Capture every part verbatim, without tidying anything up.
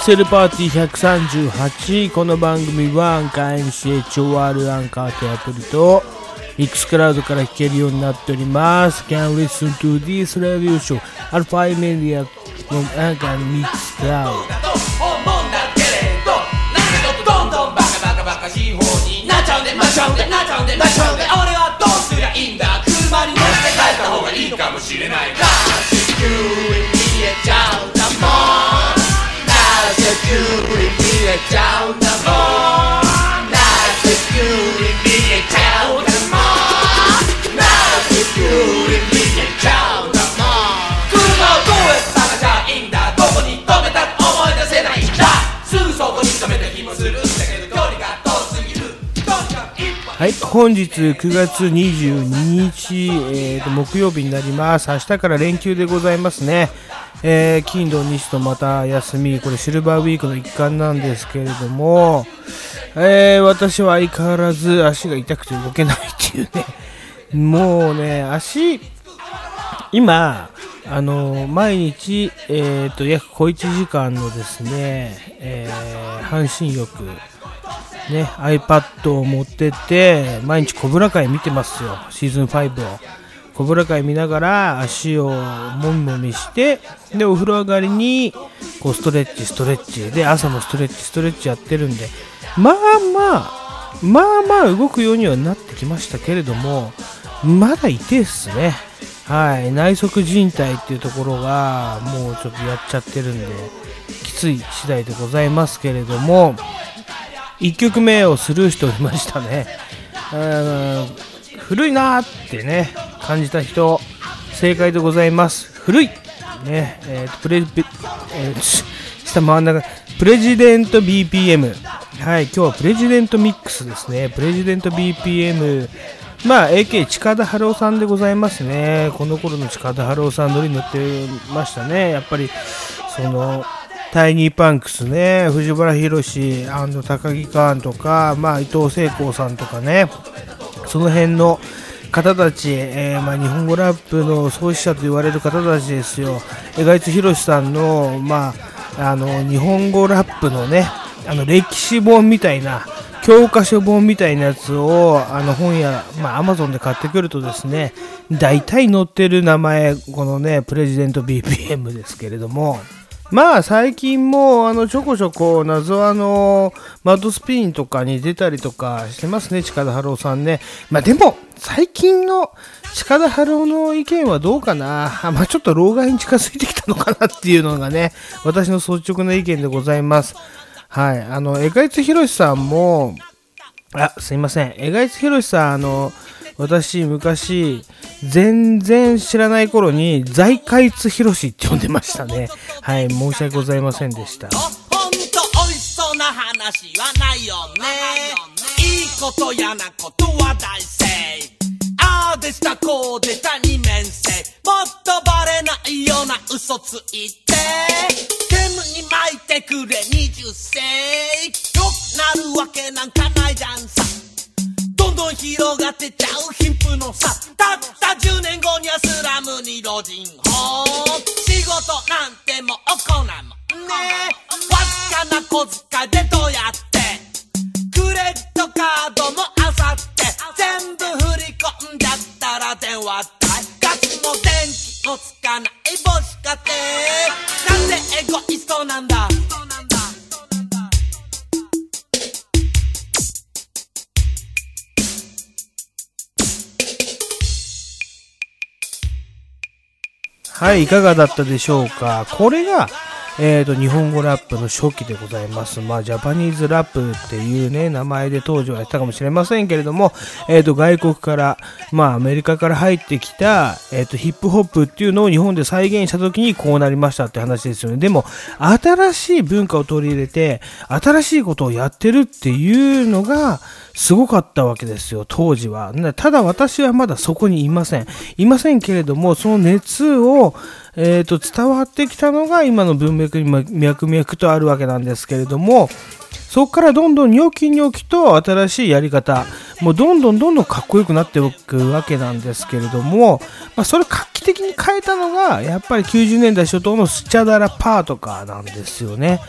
セルパーティーひゃくさんじゅうはち。この番組はアンカー エヌシーエイチオーアール アンカーというアプリとミックスクラウドから聴けるようになっております。 Can listen to this radio show アルファイメディアのアンカーのミックスクラウド。 どんどんバカバカバカしい方になっちゃうんでなっちゃうんでなっちゃうんでなっちゃうんで俺はどうすりゃいいんだ。車に乗って帰った方がいいかもしれない。ラッシュ急に見えちゃうんだもん。ラッシュ急に見えちゃうんだもん。ラッシュ急に見えちゃうんだもん。ラッシュ急に見えちゃうんだもん。車をどうやって探しゃいいんだ。どこに止めたか思い出せないんだ。すぐそこに止めた気もするんだけど距離が遠すぎる。 はい、本日くがつにじゅうににち、えー、と木曜日になります。明日から連休でございますね。えー、金土日とまた休み、これシルバーウィークの一環なんですけれども、えー、私は相変わらず足が痛くて動けないっていうね。もうね、足今あの毎日、えー、と約小いちじかんのですね、えー、半身浴ね、iPad を持ってって毎日コブラ会見てますよ。シーズンファイブをコブラ会見ながら足をもみもみして、でお風呂上がりにこうストレッチストレッチで朝もストレッチストレッチやってるんで、まあまあまあまあ動くようにはなってきましたけれども、まだ痛いっすね。はい、内側靭帯っていうところがもうちょっとやっちゃってるんできつい次第でございますけれども、いっきょくめをスルーしておりましたね。古いなーってね感じた人正解でございます。古いね、えー、とプレ、えー、下真ん中プレジデント ビーピーエム、 はい、今日はプレジデントミックスですね。プレジデント ビーピーエム、 まあ エーケー 近田春夫さんでございますね。この頃の近田春夫さん乗り乗ってましたね。やっぱりそのタイニーパンクスね、藤原宏、高木カーンとか、まあ、伊藤聖光さんとかね、その辺の方たち、えーまあ、日本語ラップの創始者と言われる方たちですよ。江賀一博さんの、まあ、あの日本語ラップのね、あの歴史本みたいな教科書本みたいなやつをあの本や、まあ、アマゾンで買ってくるとですね、大体載ってる名前、このねプレジデント ビーピーエム ですけれども、まあ最近もあのちょこちょこ謎あのマッドスピーンとかに出たりとかしてますね、近田春夫さんね。まあでも最近の近田春夫の意見はどうかな、まあちょっと老害に近づいてきたのかなっていうのがね、私の率直な意見でございます。はい、あの江賀一博さんも、あ、すいません、江賀一博さん、あの私昔全然知らない頃に財界津博って呼んでましたね。はい、申し訳ございませんでした。 ほんと美味しそうな話はないよね。いいことやなことは大正。ああでしたこうでした二面性。もっとバレないような嘘ついて煙に巻いてくれ二十世。よくなるわけなんかないじゃんさ。どんどん広がってちゃう貧富の差。たったじゅうねんごにはスラムに老人ホーム。仕事なんてもう行うもんね。わずかな小遣いでどうやってクレジットカードもあさって全部振り込んじゃったら電話代ガスも電気もつかない母子家庭。なんでエゴイストなんだ。 はい、いかがだったでしょうか。これが、えーと、日本語ラップの初期でございます。まあ、ジャパニーズラップっていうね、名前で当時はやったかもしれませんけれども、えーと、外国から、まあ、アメリカから入ってきた、えーと、ヒップホップっていうのを日本で再現した時にこうなりましたって話ですよね。でも、新しい文化を取り入れて、新しいことをやってるっていうのが、すごかったわけですよ、当時は。ただ私はまだそこにいません。いませんけれども、その熱を、えーと、伝わってきたのが今の文脈に脈々とあるわけなんですけれども、そこからどんどんニョキニョキと新しいやり方、もうどんどんどんどんかっこよくなっていくわけなんですけれども、まあ、それを画期的に変えたのがやっぱりきゅうじゅうねんだい初頭のスチャダラパーとかなんですよね。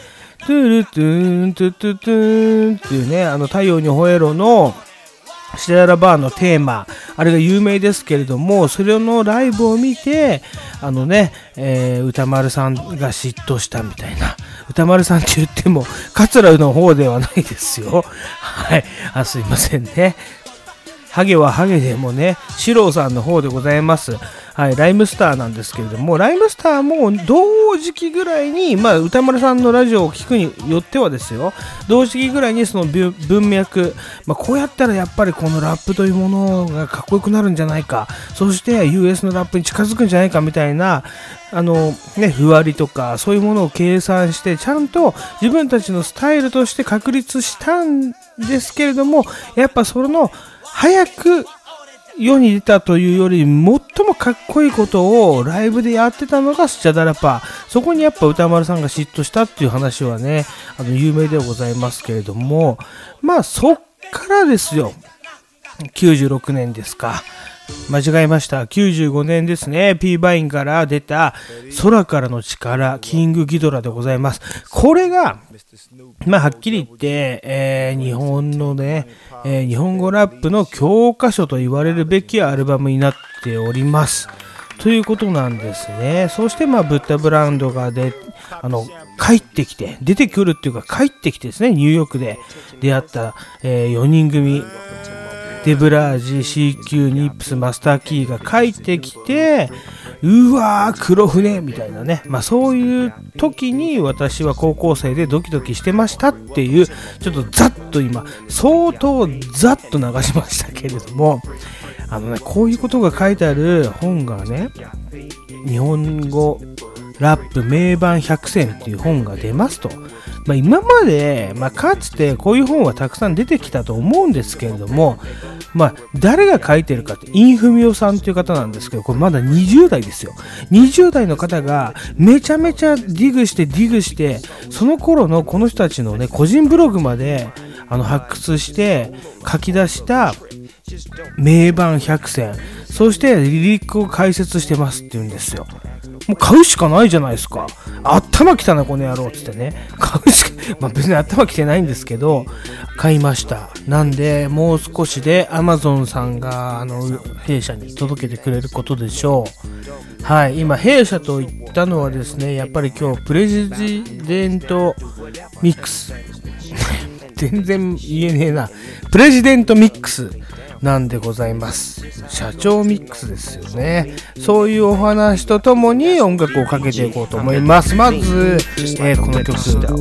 トゥルトゥントゥトゥトゥンっていうね、あの太陽にほえろのシテララバーのテーマ、あれが有名ですけれども、それのライブを見て、あのね、えー、歌丸さんが嫉妬したみたいな。歌丸さんって言っても、桂の方ではないですよ。はい。あ、すいませんね。ハゲはハゲでもね、四郎さんの方でございます。はい、ライムスターなんですけれども、ライムスターも同時期ぐらいに、まあ、歌丸さんのラジオを聞くによってはですよ、同時期ぐらいにその文脈、まあ、こうやったらやっぱりこのラップというものがかっこよくなるんじゃないか、そして ユーエス のラップに近づくんじゃないかみたいな、あのね、ふわりとかそういうものを計算して、ちゃんと自分たちのスタイルとして確立したんですけれども、やっぱその早く世に出たというより最もかっこいいことをライブでやってたのがスチャダラパー。そこにやっぱ歌丸さんが嫉妬したっていう話はね、あの有名ではございますけれども、まあそっからですよ。きゅうじゅうろくねんですか。間違えました。きゅうじゅうごねんですね。P バインから出た空からの力、キングギドラでございます。これが、まあはっきり言って、えー、日本のね、えー、日本語ラップの教科書と言われるべきアルバムになっております。ということなんですね。そしてまあブッダブランドがで、あの、帰ってきて、出てくるっていうか帰ってきてですね、ニューヨークで出会った、えー、よにん組。デブラージ、シーキュー、ニップス、マスターキーが帰ってきて、うわー、黒船みたいなね。まあそういう時に私は高校生でドキドキしてましたっていう、ちょっとざっと今、相当ざっと流しましたけれども、あのね、こういうことが書いてある本がね、日本語ラップ名盤百選っていう本が出ますと。まあ、今まで、まあ、かつてこういう本はたくさん出てきたと思うんですけれども、まあ、誰が書いてるかって、インフミオさんという方なんですけど、これまだにじゅう代ですよ。にじゅう代の方がめちゃめちゃディグしてディグして、その頃のこの人たちのね、個人ブログまであの発掘して書き出した名盤百選、そしてリリックを解説してますって言うんですよ。もう買うしかないじゃないですか。頭きたなこの野郎っつってね、買うしか、まあ別に頭きてないんですけど、買いました。なんでもう少しで Amazon さんがあの弊社に届けてくれることでしょう。はい、今弊社と言ったのはですね、やっぱり今日プレジデントミックス全然言えねえな、プレジデントミックスなんでございます。社長ミックスですよね。そういうお話とともに音楽をかけていこうと思います。まず、えー、この曲。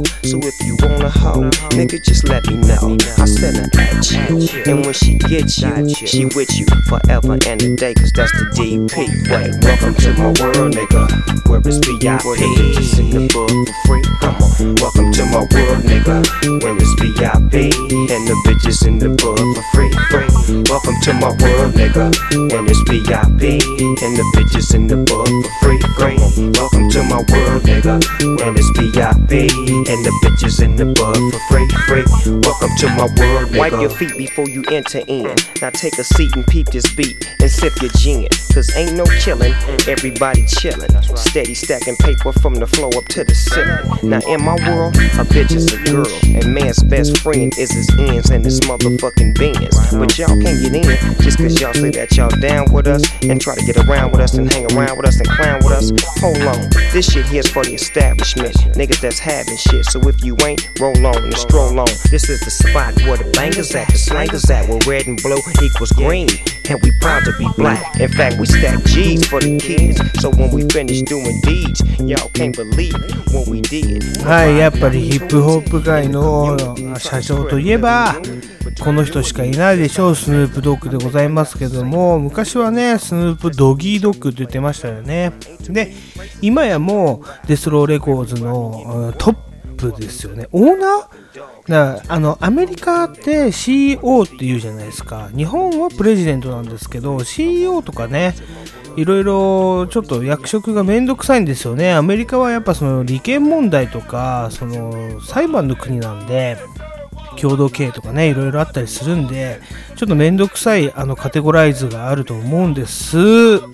Welcome to my world, nigga, and it's V I P, and the bitches in the book for free, free. Welcome to my world, nigga, and it's V I P, and the bitches in the book for free, free. Welcome to my world, nigga. Wipe your feet before you enter in. Now take a seat and peep this beat and sip your gin. Cause ain't no killing, everybody chillin'. Steady stacking paper from the floor up to the ceiling. Now in my world, a bitch is a girl, and man's best friend is his ends and his motherfucking Benz. But y'all can't get in just cause y'all say that y'all down with us and try to get around with us and hang around with us and clown with us. Hold on, this shit here's for the establishment, niggas that's having shit. So if you ain't, roll on and stroll on. This is the spot where the bangers at, the slangers at, where red and blue equals green, and we proud to be black. In fact, we stack G's for the kids, so when we finish doing deeds, y'all can't believe what we did. はい、やっぱりヒップホップ界の社長といえばこの人しかいないでしょう。スヌープドッグでございますけども、昔はねスヌープドギードッグって言ってましたよね。で今やもうデスローレコーズのトップですよね。オーナーだあのアメリカって シーイーオー って言うじゃないですか。日本はプレジデントなんですけど シーイーオー とかね、いろいろちょっと役職がめんどくさいんですよね。アメリカはやっぱその利権問題とかその裁判の国なんで、共同経営とかねいろいろあったりするんで、ちょっとめんどくさいあのカテゴライズがあると思うんです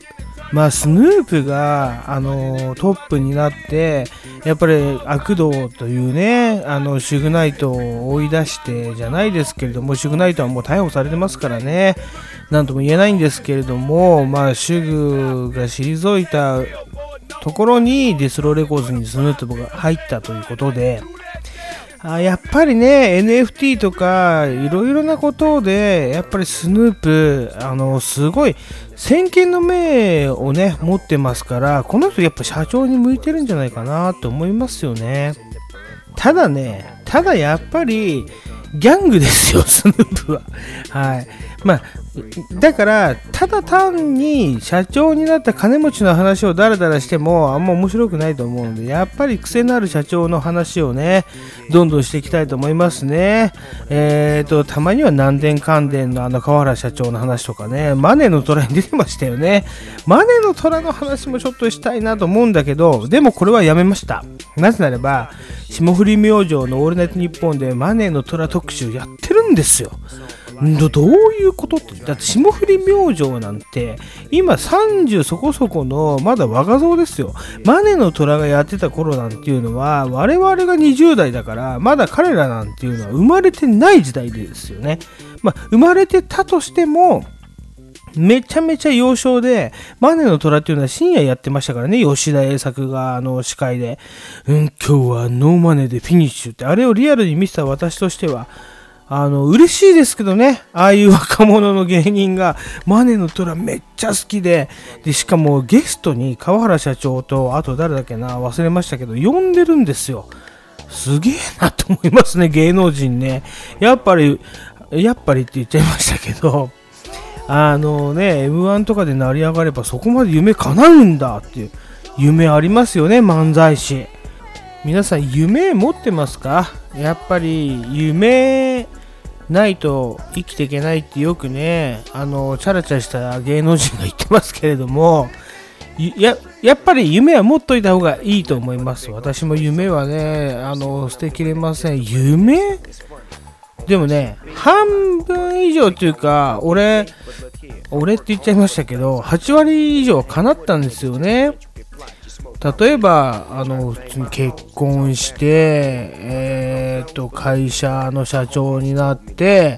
まあスヌープがあのトップになってやっぱり悪道というねあのシュグナイトを追い出してじゃないですけれども、シュグナイトはもう逮捕されてますからね、なんとも言えないんですけれども、まあシュグが退いたところにデスローレコーズにスヌープが入ったということで、あやっぱりね エヌエフティー とかいろいろなことでやっぱりスヌープあのすごい先見の明をね持ってますから、この人やっぱ社長に向いてるんじゃないかなと思いますよね。ただねただやっぱりギャングですよスヌープは。はい、まあだからただ単に社長になった金持ちの話をダラダラしてもあんま面白くないと思うので、やっぱり癖のある社長の話をねどんどんしていきたいと思いますね。えーとたまには南電関電のあの川原社長の話とかね、マネの虎に出てましたよね。マネの虎の話もちょっとしたいなと思うんだけど、でもこれはやめました。なぜならば霜降り明星のオールナイトニッポンでマネの虎特集やってるんですよ。ど, どういうことって、だって霜降り明星なんて今さんじゅうそこそこのまだ若造ですよ。マネの虎がやってた頃なんていうのは我々がにじゅう代だから、まだ彼らなんていうのは生まれてない時代ですよね。まあ生まれてたとしてもめちゃめちゃ幼少で、マネの虎っていうのは深夜やってましたからね。吉田栄作があの司会で、うん、今日はノーマネでフィニッシュって、あれをリアルに見てた私としてはあの嬉しいですけどね、ああいう若者の芸人がマネの虎めっちゃ好きで、でしかもゲストに川原社長とあと誰だっけな忘れましたけど呼んでるんですよ。すげえなと思いますね、芸能人ね。やっぱりやっぱりって言っちゃいましたけど、あのね エムワン とかで成り上がればそこまで夢叶うんだっていう夢ありますよね、漫才師。皆さん夢持ってますか？やっぱり夢ないと生きていけないってよくね、あのチャラチャラした芸能人が言ってますけれども、や, やっぱり夢は持っといた方がいいと思います。私も夢はねあの捨てきれません。夢でもね半分以上っていうか俺俺って言っちゃいましたけどはち割以上叶ったんですよね。例えばあの普通に結婚して、えー、と会社の社長になって、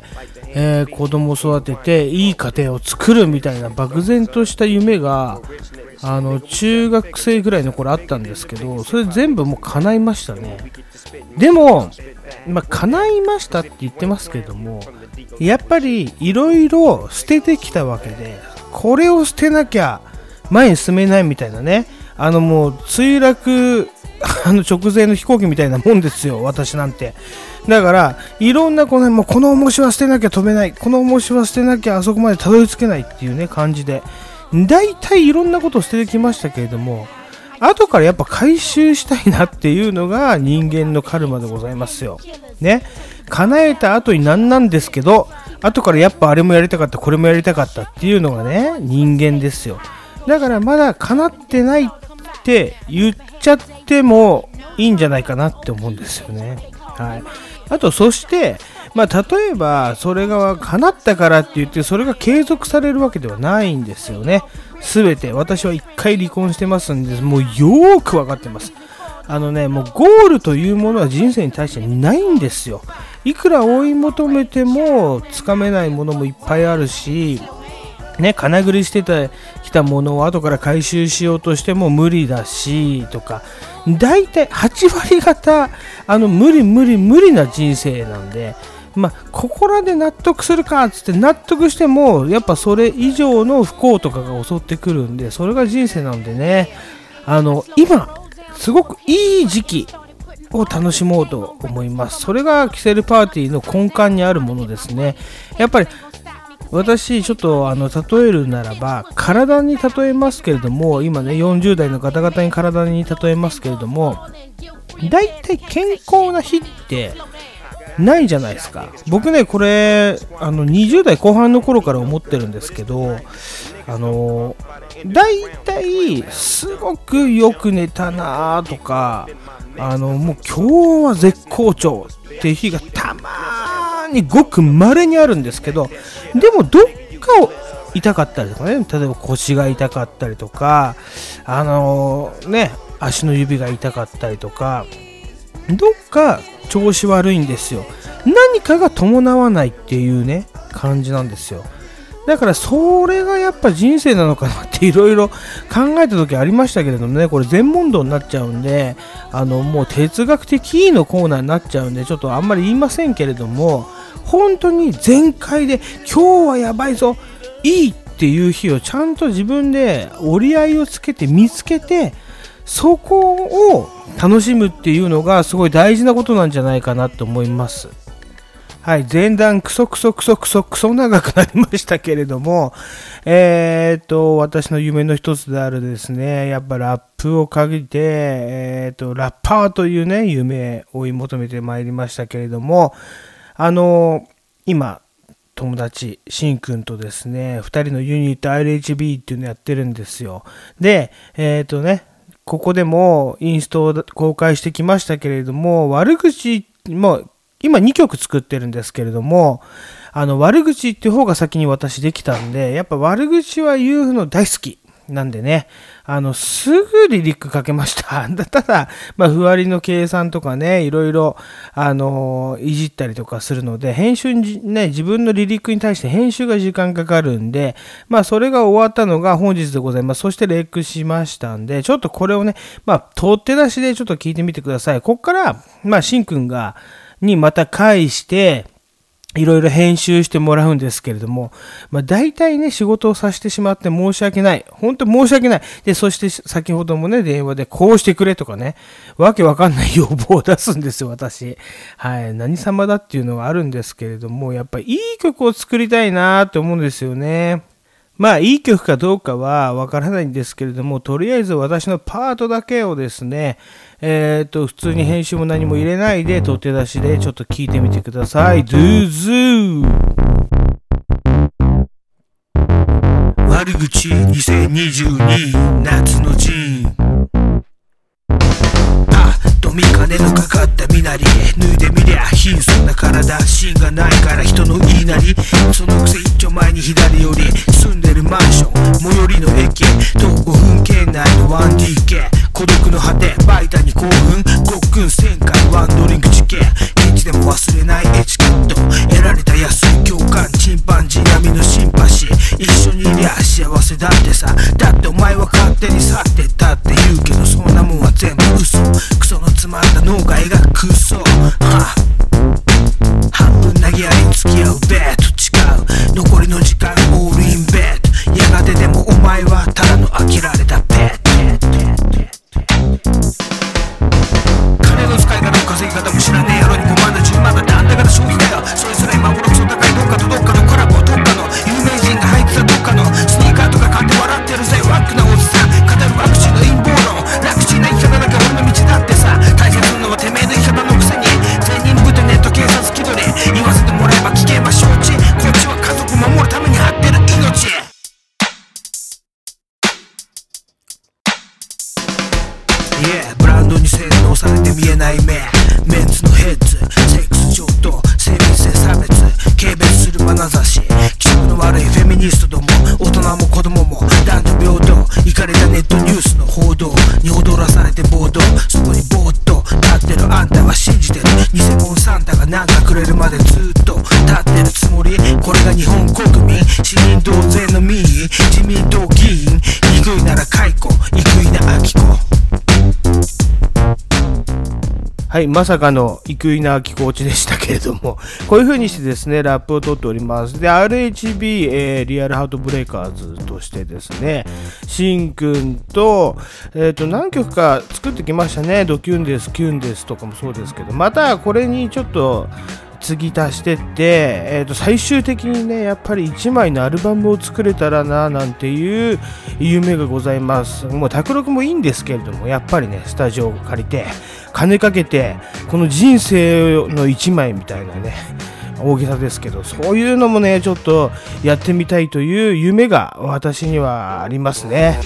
えー、子供育てていい家庭を作るみたいな漠然とした夢があの中学生ぐらいの頃あったんですけど、それ全部もう叶いましたね。でも、まあ、叶いましたって言ってますけども、やっぱりいろいろ捨ててきたわけで、これを捨てなきゃ前に進めないみたいなね、あのもう墜落あの直前の飛行機みたいなもんですよ、私なんて。だからいろんなこの、もうこの重しは捨てなきゃ飛べない、この重しは捨てなきゃあそこまでたどり着けないっていうね感じで、だいたいいろんなことを捨ててきましたけれども、後からやっぱ回収したいなっていうのが人間のカルマでございますよね。叶えた後になんなんですけど、後からやっぱあれもやりたかったこれもやりたかったっていうのがね人間ですよ。だからまだ叶ってないって言っちゃってもいいんじゃないかなって思うんですよね。はい。あとそしてまあ例えばそれが叶ったからって言ってそれが継続されるわけではないんですよね。すべて私は一回離婚してますんで、もうよーく分かってます。あのね、もうゴールというものは人生に対してないんですよ。いくら追い求めてもつかめないものもいっぱいあるし、ね、金繰りしてきたものを後から回収しようとしても無理だしとか、だいたいはち割方あの無理無理無理な人生なんで、まあ、ここらで納得するかっつって納得してもやっぱそれ以上の不幸とかが襲ってくるんで、それが人生なんでね、あの今すごくいい時期を楽しもうと思います。それがキセルパーティーの根幹にあるものですね。やっぱり私ちょっとあの例えるならば体に例えますけれども、今ねよんじゅう代の方々に体に例えますけれども、だいたい健康な日ってないじゃないですか。僕ねこれあのにじゅう代後半の頃から思ってるんですけど、あのだいたいすごくよく寝たなとか、あのもう今日は絶好調っていう日がたまーにごく稀にあるんですけど、でもどっかを痛かったりとかね、例えば腰が痛かったりとか、あのー、ね、足の指が痛かったりとか、どっか調子悪いんですよ。何かが伴わないっていうね、感じなんですよ。だからそれがやっぱ人生なのかなっていろいろ考えた時ありましたけれどもね、これ全問答になっちゃうんで、あのもう哲学的のコーナーになっちゃうんで、ちょっとあんまり言いませんけれども、本当に全開で今日はやばいぞ、いいっていう日をちゃんと自分で折り合いをつけて見つけて、そこを楽しむっていうのがすごい大事なことなんじゃないかなと思います。はい、前段クソクソクソクソクソ長くなりましたけれども、えーと、私の夢の一つであるですね、やっぱラップをかけて、えーと、ラッパーというね、夢を追い求めてまいりましたけれども、あの、今、友達、しんくんとですね、ふたりのユニット アイエルエイチビー っていうのやってるんですよ。で、えーとね、ここでもインストを公開してきましたけれども、悪口も、今にきょく作ってるんですけれども、あの悪口っていう方が先に私できたんで、やっぱ悪口は言うの大好きなんでね、あのすぐリリックかけました。ただ、まあ、ふわりの計算とかね、いろいろあのいじったりとかするので、編集にね、自分のリリックに対して編集が時間かかるんで、まあそれが終わったのが本日でございます。そしてレックしましたんで、ちょっとこれをね、まあ取って出しでちょっと聞いてみてください。こっからまあしんくんがにまた返していろいろ編集してもらうんですけれども、まあ大体ね、仕事をさせてしまって申し訳ない。本当に申し訳ない。で、そして先ほどもね、電話でこうしてくれとかね、わけわかんない要望を出すんですよ、私。はい。何様だっていうのはあるんですけれども、やっぱりいい曲を作りたいなと思うんですよね。まあいい曲かどうかはわからないんですけれども、とりあえず私のパートだけをですね、えっと普通に編集も何も入れないで取って出しでちょっと聞いてみてください。ドゥーズー悪口にせんにじゅうに夏の陣、パッと見金のかかった身なり脱いでみりゃ貧相な体、芯がないから人の言いなり、そのくせ一丁前に左寄り住んでるマンション最寄りの駅徒歩ごふん圏内の ワンディーケー、 孤独の果てバイタに興奮ごっくんせんかいワンドリンク事件、現地でも忘れないエチケット得られた安い共感、チンパンジー並みのシンパシー、一緒にいりゃ幸せだってさ、だってお前は勝手に去ってったって言うけど、そんなもんは全部嘘、クソの詰まった脳が描くクソ、はあ、半分投げやり付き合うベッド違う残りの時間オールインベッド、やがてでもお前はただの飽きられたペット、金の使い方も稼ぎ方も知らねえ野郎にごまんだじゅうまんだってあんた方消費だよ、それぞれ今頃クソ高いどっかとどっかのコラボどっかの有名人が入ってたどっかのスニーカーとか買って笑ってるぜワックなおじさん、語るワクチンの陰謀論、楽ちんな生き方だけ俺の道だってさ、大切なのはてめえの生き方のくせに善人ぶってネット警察気取り言わせてもらえば危険は承知、こっちは家族守るために張ってる命、Yeah、ブランドに洗脳されて見えない目、メンツのヘッズ、セックス上等、性別性差別、軽蔑する眼差し、気色の悪いフェミニストども、大人も子供も男女平等、イカれたネットニュースの報道に踊らされて暴動、そこにぼーっと立ってるあんたは信じてる、偽物サンタがなんかくれるまでずっと立ってるつもり、これが日本国民、市民同然の民意、自民党議員、憎いなら解雇、生稲晃子、はい、まさかの生稲晃子落ちでしたけれども、こういう風にしてですね、ラップを取っております。で、アールエイチビー、えー、リアルハートブレイカーズとしてですね、しんくんと、えっと、何曲か作ってきましたね。ドキュンです、キュンですとかもそうですけど、またこれにちょっと、次足してって、えー、と最終的にねやっぱりいちまいのアルバムを作れたらななんていう夢がございます。もう卓録もいいんですけれども、やっぱりねスタジオを借りて金かけてこの人生のいちまいみたいなね大げさですけど、そういうのもねちょっとやってみたいという夢が私にはありますね。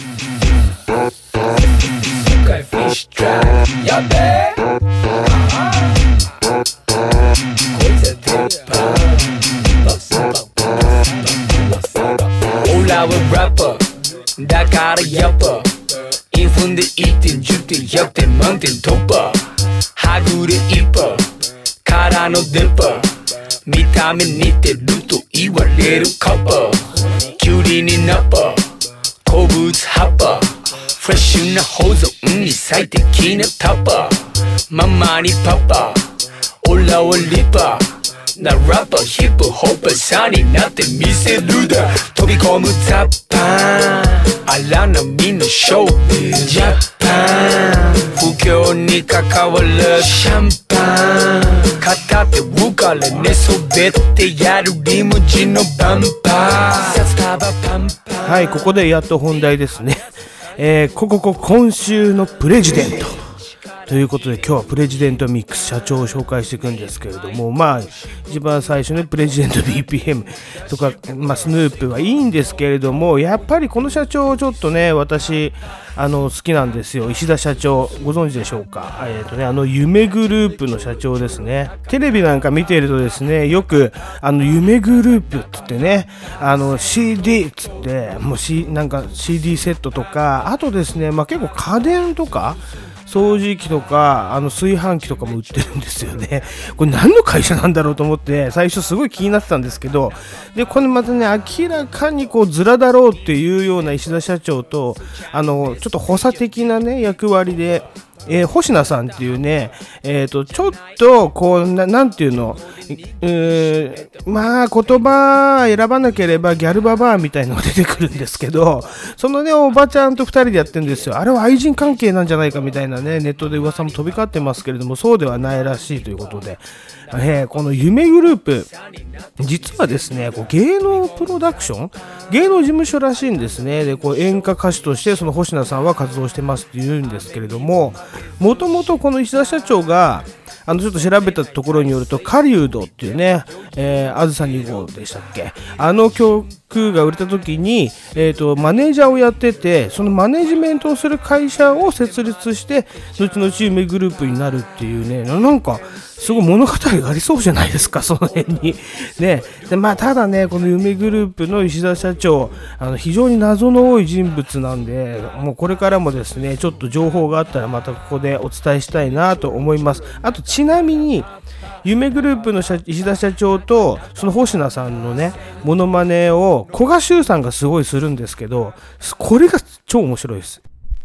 おはラッパーだからやっぱいっぷんでいってんじゅってんひゃくてん満点突破はぐれ一歩からの出っ歯見た目似てると言われるカッパキュウリにナッパ鉱物葉っぱフレッシュな保存に最適なタッパママにパパオラはリッパなラッパヒップホッパさになってみせるだ飛び込むタッパー荒波のショージャパン不況に関わるシャンパン片手をから寝そべってやるリムジンのバンパーはい、ここでやっと本題ですね。えー、こここ今週のプレジデントということで、今日はプレジデントミックス社長を紹介していくんですけれども、まあ一番最初ねプレジデント ビーピーエム とか、まあ、スヌープはいいんですけれども、やっぱりこの社長ちょっとね私あの好きなんですよ。石田社長ご存知でしょうか。えーとね、あの夢グループの社長ですね。テレビなんか見ているとですね、よくあの夢グループっつってね、あの シーディー っつってもう、C、なんか シーディー セットとか、あとですね、まあ、結構家電とか掃除機とかあの炊飯器とかも売ってるんですよね。これ何の会社なんだろうと思って最初すごい気になってたんですけど、でこれまたね明らかにこうズラだろうっていうような石田社長とあのちょっと補佐的なね役割で、えー、星名さんっていうね、えーとちょっとこう な, なんていうのうーまあ言葉選ばなければギャルババアみたいのが出てくるんですけど、そのねおばちゃんとふたりでやってるんですよ。あれは愛人関係なんじゃないかみたいなねネットで噂も飛び交ってますけれども、そうではないらしいということで、えー、この夢グループ実はですねこう芸能プロダクション芸能事務所らしいんですね。でこう演歌歌手としてその星名さんは活動してますって言うんですけれども、もともとこの石田社長があのちょっと調べたところによると、狩人っていうね、えー、あずさに号でしたっけ、あの曲が売れた時に、えーと、マネージャーをやってて、そのマネジメントをする会社を設立して後々夢グループになるっていうね、なんかすごい物語がありそうじゃないですか、その辺にね。でまあただねこの夢グループの石田社長、あの非常に謎の多い人物なんで、もうこれからもですねちょっと情報があったらまたここでお伝えしたいなと思います。あとちなみに夢グループの石田社長とその星名さんのねモノマネを古賀修さんがすごいするんですけど、これが超面白いです。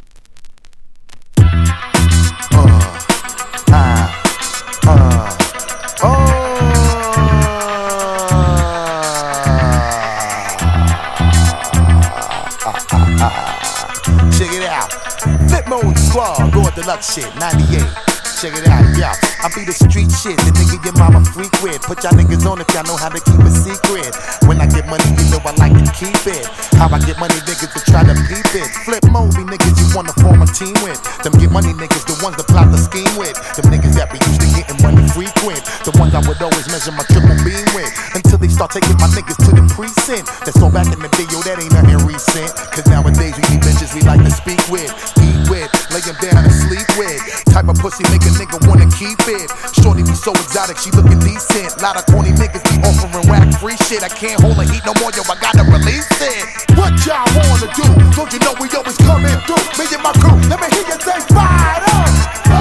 Check it out. Flip mode squad, Lord Deluxe shit, ninety-eight. Check it out, yeah. I be the street shit, the nigga your mama freak with. Put y'all niggas on if y'all know how to keep a secret. When I get money, you know I like to keep it. How I get money, niggas will try to peep it. Flip mode, be niggas you wanna form a team with. Them get money niggas, the ones that plot the scheme with. Them niggas that be used to getting money frequent. The ones I would always measure my triple beam with. Until they start taking my niggas to the precinct. That's all back in the day, yo, that ain't nothing recent. Cause nowadays we need bitches we like to speak with, eat with, lay them down and sleep with. Type of pussy make a nigga wanna keep it. Shorty be so exotic, she looking decent. Lot of corny niggas be offering whack free shit. I can't hold the heat no more, yo, I gotta release it. What y'all wanna do? Don't you know we always coming through? Me and my crew, let me hear you say fired up.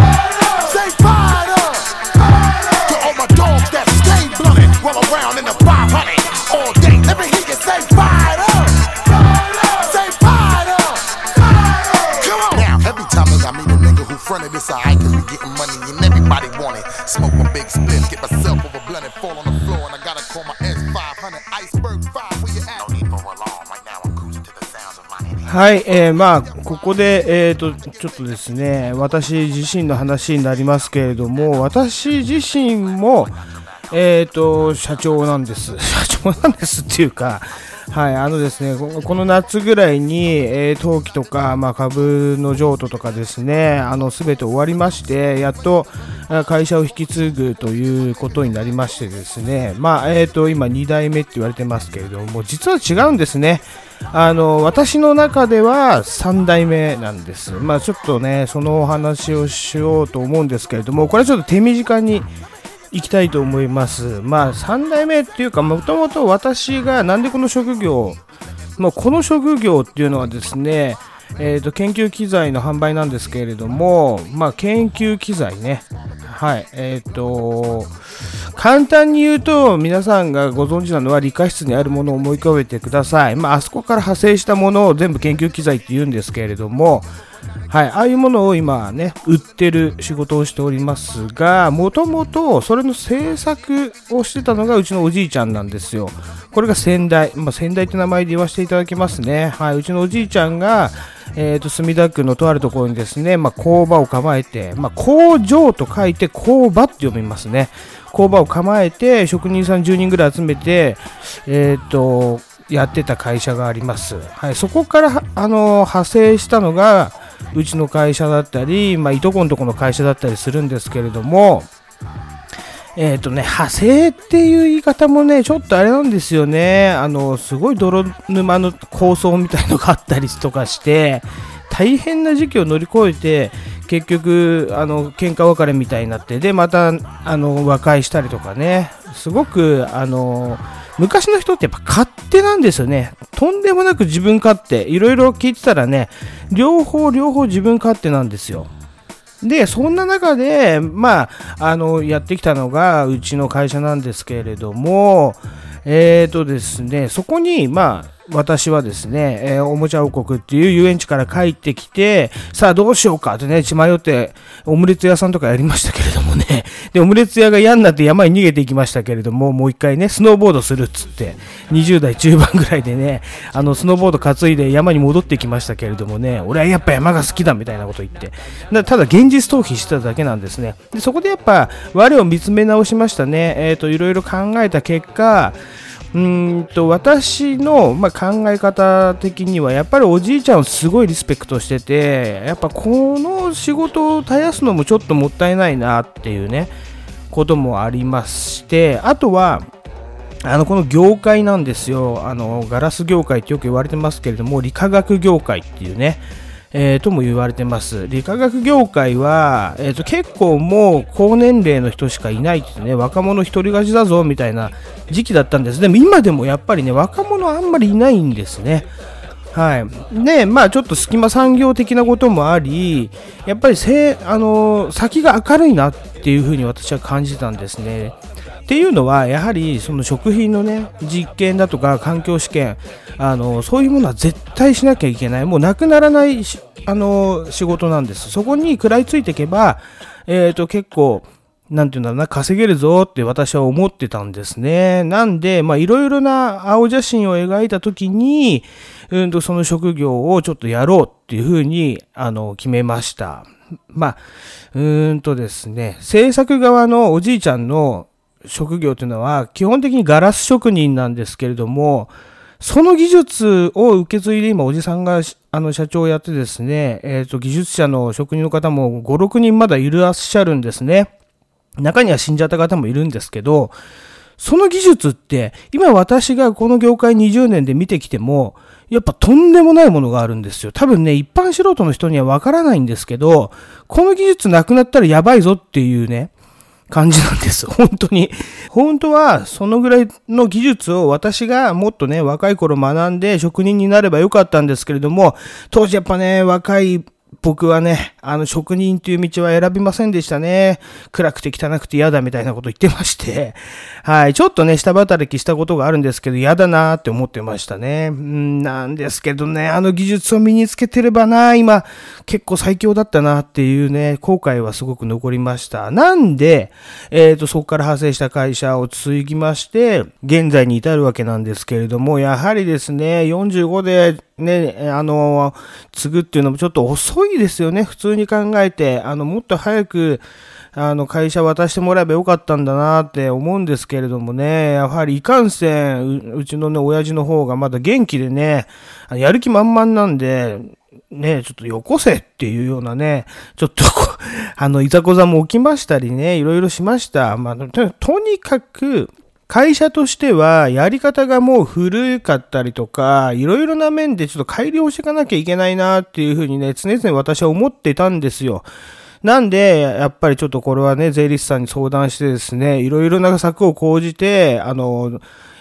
Say fired up. To all my dogs that stay blunted, roll around in the five hundred all day. Let me hear you say fired up. Say fired up. Come on. Now, every time I meet a nigga who fronted this alright, cause we getting money and everybody want it. Smoke my big split, get myself over blunt and fall on the floor, and I gotta call my S five hundred Iceberg five. Where you at? No need for alarm right now. I'm cruising to the sounds of my head. はい、えー、まあここで、えーと、ちょっとですね私自身の話になりますけれども、私自身もえーと社長なんです社長なんですっていうか、はい、あのですねこの夏ぐらいに、えー、登記とか、まあ、株の譲渡とかですねあの全て終わりまして、やっと会社を引き継ぐということになりましてですね、まあえーと今に代目って言われてますけれども、実は違うんですね。あの私の中ではさん代目なんです。まあちょっとねそのお話をしようと思うんですけれども、これはちょっと手短にいきたいと思います。まあさん代目っていうか、もともと私がなんでこの職業もうこの職業っていうのはですね、えーと、研究機材の販売なんですけれども、まあ、研究機材ね。はい。えっと、簡単に言うと、皆さんがご存知なのは理科室にあるものを思い浮かべてください。まあ、あそこから派生したものを全部研究機材って言うんですけれども、はい。ああいうものを今ね、売ってる仕事をしておりますが、もともとそれの制作をしてたのがうちのおじいちゃんなんですよ。これが先代。まあ、先代って名前で言わせていただきますね。はい。うちのおじいちゃんが、えーと、墨田区のとあるところにですね、まあ、工場を構えて、まあ、工場と書いて工場って読みますね。工場を構えて、職人さんじゅうにんぐらい集めて、えーと、やってた会社があります。はい。そこから、あの、派生したのが、うちの会社だったり、まあ、いとこのとこの会社だったりするんですけれども、えっとね、派生っていう言い方もね、ちょっとあれなんですよね。あの、すごい泥沼の構想みたいのがあったりとかして、大変な時期を乗り越えて、結局、あの、喧嘩別れみたいになって、で、また、あの、和解したりとかね、すごく、あの、昔の人ってやっぱ勝手なんですよね。とんでもなく自分勝手。いろいろ聞いてたらね、両方両方自分勝手なんですよ。で、そんな中で、まあ、あの、やってきたのがうちの会社なんですけれども、えーとですね、そこに、まあ、私はですね、えー、おもちゃ王国っていう遊園地から帰ってきて、さあどうしようかってね、血迷って、オムレツ屋さんとかやりましたけれどもね、で、オムレツ屋が嫌になって山に逃げていきましたけれども、もう一回ね、スノーボードするっつって、にじゅう代中盤ぐらいでね、あの、スノーボード担いで山に戻ってきましたけれどもね、俺はやっぱ山が好きだみたいなこと言って、だただ現実逃避してただけなんですね。で、そこでやっぱ、我を見つめ直しましたね。えっと、いろいろ考えた結果、うーんと私の、まあ、考え方的にはやっぱりおじいちゃんをすごいリスペクトしてて、やっぱこの仕事を絶やすのもちょっともったいないなっていうねこともありまして、あとはあのこの業界なんですよ。あのガラス業界ってよく言われてますけれども、理化学業界っていうねえー、とも言われてます。理化学業界は、えー、と結構もう高年齢の人しかいないってね、若者一人勝ちだぞみたいな時期だったんです。でも今でもやっぱりね、若者あんまりいないんですね。はい。で、まあちょっと隙間産業的なこともあり、やっぱりせ、あのー、先が明るいなっていうふうに私は感じたんですね。っていうのはやはりその食品のね実験だとか環境試験、あのそういうものは絶対しなきゃいけない、もうなくならないあの仕事なんです。そこに食らいついていけば、えーと結構なんていうんだろうな、稼げるぞって私は思ってたんですね。なんでまあいろいろな青写真を描いた時に、うんとその職業をちょっとやろうっていうふうにあの決めました。まあうーんとですね、制作側のおじいちゃんの職業というのは基本的にガラス職人なんですけれども、その技術を受け継いで今おじさんがあの社長をやってですね、えーと技術者の職人の方もご、ろくにんまだいらっしゃるんですね。中には死んじゃった方もいるんですけど、その技術って今私がこの業界にじゅうねんで見てきてもやっぱとんでもないものがあるんですよ。多分ね、一般素人の人にはわからないんですけど、この技術なくなったらやばいぞっていうね感じなんです。本当に。本当はそのぐらいの技術を私がもっとね、若い頃学んで職人になればよかったんですけれども、当時やっぱね、若い僕はね、あの職人という道は選びませんでしたね。暗くて汚くて嫌だみたいなこと言ってまして、はい、ちょっとね、下働きしたことがあるんですけど、嫌だなーって思ってましたね。んなんですけどね、あの技術を身につけてればな、今、結構最強だったなっていうね、後悔はすごく残りました。なんで、えっと、そこから派生した会社を継ぎまして、現在に至るわけなんですけれども、やはりですね、よんじゅうごで、ね、あの、継ぐっていうのもちょっと遅いですよね。普通に考えて、あの、もっと早く、あの、会社渡してもらえばよかったんだなって思うんですけれどもね、やはりいかんせん、う、うちのね、親父の方がまだ元気でね、やる気満々なんで、ね、ちょっとよこせっていうようなね、ちょっとこう、あの、いざこざも起きましたりね、いろいろしました。まあ、と、とにかく、会社としてはやり方がもう古かったりとか、いろいろな面でちょっと改良していかなきゃいけないなっていうふうにね、常々私は思ってたんですよ。なんで、やっぱりちょっとこれはね、税理士さんに相談してですね、いろいろな策を講じて、あの、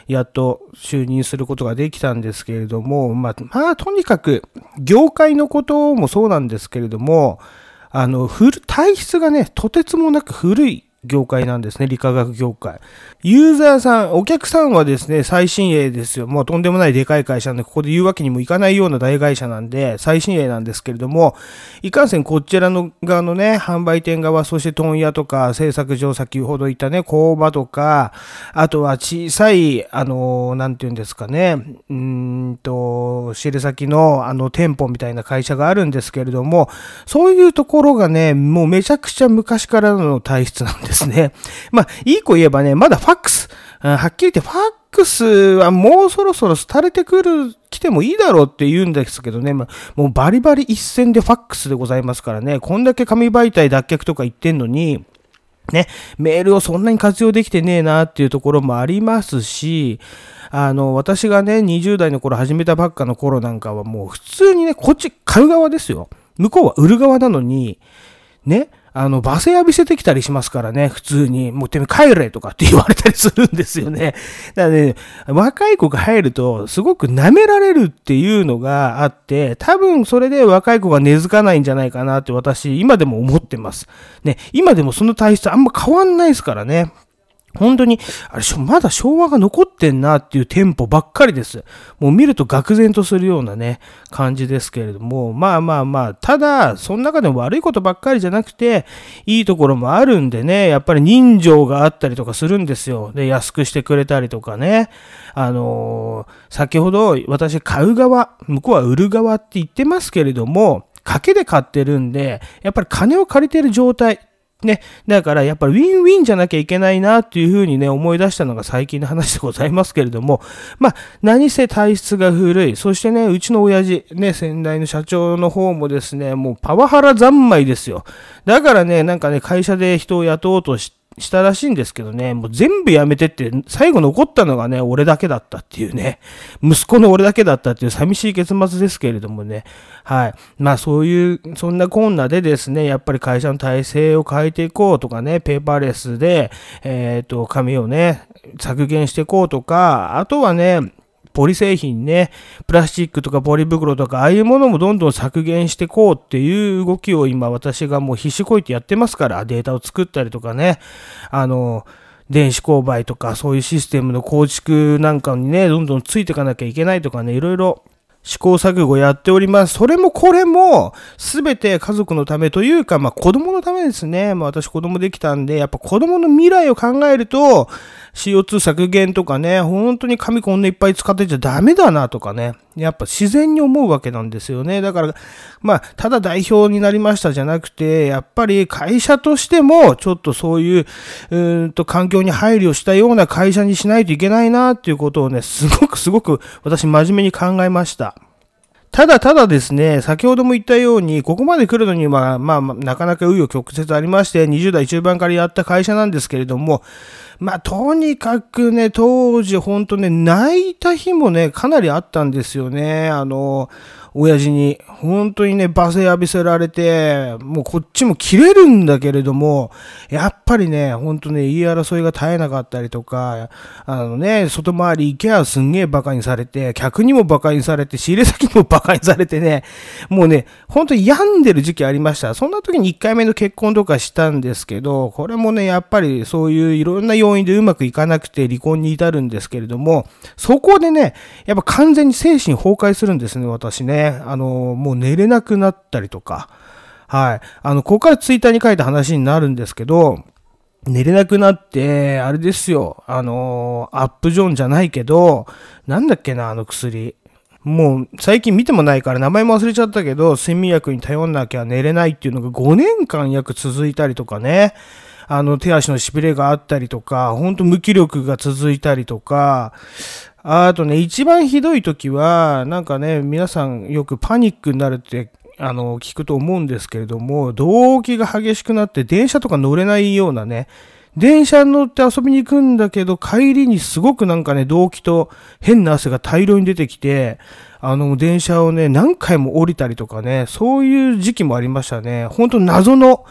やっと就任することができたんですけれども、まあ、まあ、とにかく、業界のこともそうなんですけれども、あの、体質がね、とてつもなく古い業界なんですね、理化学業界。ユーザーさん、お客さんはですね、最新鋭ですよ。もうとんでもないでかい会社なんで、ここで言うわけにもいかないような大会社なんで、最新鋭なんですけれども、いかんせんこちらの側のね、販売店側、そして問屋とか、製作所、先ほど言ったね、工場とか、あとは小さい、あの、なんていうんですかね、うーんと、仕入れ先の、あの、店舗みたいな会社があるんですけれども、そういうところがね、もうめちゃくちゃ昔からの体質なんですね。まあ、いい子言えばね、まだファックス、はっきり言ってファックスはもうそろそろ廃れてくる、来てもいいだろうって言うんですけどね、まあ、もうバリバリ一線でファックスでございますからね、こんだけ紙媒体脱却とか言ってんのに、ね、メールをそんなに活用できてねえなっていうところもありますし、あの、私がね、にじゅう代の頃始めたばっかの頃なんかはもう普通にね、こっち買う側ですよ。向こうは売る側なのに、ね、あの、罵声浴びせてきたりしますからね、普通に。もうてめえ帰れとかって言われたりするんですよね。だからね、若い子が入ると、すごく舐められるっていうのがあって、多分それで若い子が根付かないんじゃないかなって私、今でも思ってます。ね、今でもその体質あんま変わんないですからね。本当に、あれ、まだ昭和が残ってんなっていう店舗ばっかりです。もう見ると愕然とするようなね、感じですけれども、まあまあまあ、ただ、その中でも悪いことばっかりじゃなくて、いいところもあるんでね、やっぱり人情があったりとかするんですよ。で、安くしてくれたりとかね。あのー、先ほど私買う側、向こうは売る側って言ってますけれども、賭けで買ってるんで、やっぱり金を借りてる状態、ね。だから、やっぱりウィンウィンじゃなきゃいけないなっていうふうにね、思い出したのが最近の話でございますけれども、まあ、何せ体質が古い。そしてね、うちの親父、ね、先代の社長の方もですね、もうパワハラ三昧ですよ。だからね、なんかね、会社で人を雇おうとして、したらしいんですけどね、もう全部やめてって、最後残ったのがね、俺だけだったっていうね、息子の俺だけだったっていう寂しい結末ですけれどもね、はい。まあそういう、そんなこんなでですね、やっぱり会社の体制を変えていこうとかね、ペーパーレスで、えっと、紙をね、削減していこうとか、あとはね、ポリ製品ね、プラスチックとかポリ袋とか、ああいうものもどんどん削減していこうっていう動きを今私がもう必死こいてやってますから、データを作ったりとかね、あの、電子購買とかそういうシステムの構築なんかにね、どんどんついていかなきゃいけないとかね、いろいろ試行錯誤やっております。それもこれもすべて家族のためというか、まあ子供のためですね。まあ私子供できたんで、やっぱ子供の未来を考えると シーオーツー 削減とかね、本当に紙こんないっぱい使ってちゃダメだなとかね、やっぱ自然に思うわけなんですよね。だからまあただ代表になりましたじゃなくて、やっぱり会社としてもちょっとそういう、うーんと環境に配慮したような会社にしないといけないなっていうことをね、すごくすごく私真面目に考えました。ただただですね、先ほども言ったように、ここまで来るのには、まあ、まあ、なかなか紆余曲折ありまして、にじゅう代中盤からやった会社なんですけれども、まあ、とにかくね、当時ほんとね、泣いた日もね、かなりあったんですよね。あの、親父に、本当にね、罵声浴びせられて、もうこっちも切れるんだけれども、やっぱりね、本当ね、言い争いが絶えなかったりとか、あのね、外回り行けばすんげえ馬鹿にされて、客にも馬鹿にされて、仕入れ先にも馬鹿にされてね、もうね、本当に病んでる時期ありました。そんな時にいっかいめの結婚とかしたんですけど、これもね、やっぱりそういういろんな要因でうまくいかなくて離婚に至るんですけれども、そこでね、やっぱ完全に精神崩壊するんですね、私ね。あの、もう寝れなくなったりとか、はい。あの、ここからツイッターに書いた話になるんですけど、寝れなくなって、あれですよ、あの、アップジョンじゃないけど、なんだっけな、あの薬。もう最近見てもないから名前も忘れちゃったけど、睡眠薬に頼んなきゃ寝れないっていうのがごねんかん約続いたりとかね。あの、手足のしびれがあったりとか、ほんと無気力が続いたりとか、あとね、一番ひどい時は、なんかね、皆さんよくパニックになるって、あの、聞くと思うんですけれども、動悸が激しくなって電車とか乗れないようなね、電車に乗って遊びに行くんだけど、帰りにすごくなんかね、動悸と変な汗が大量に出てきて、あの、電車をね、何回も降りたりとかね、そういう時期もありましたね。ほんと謎の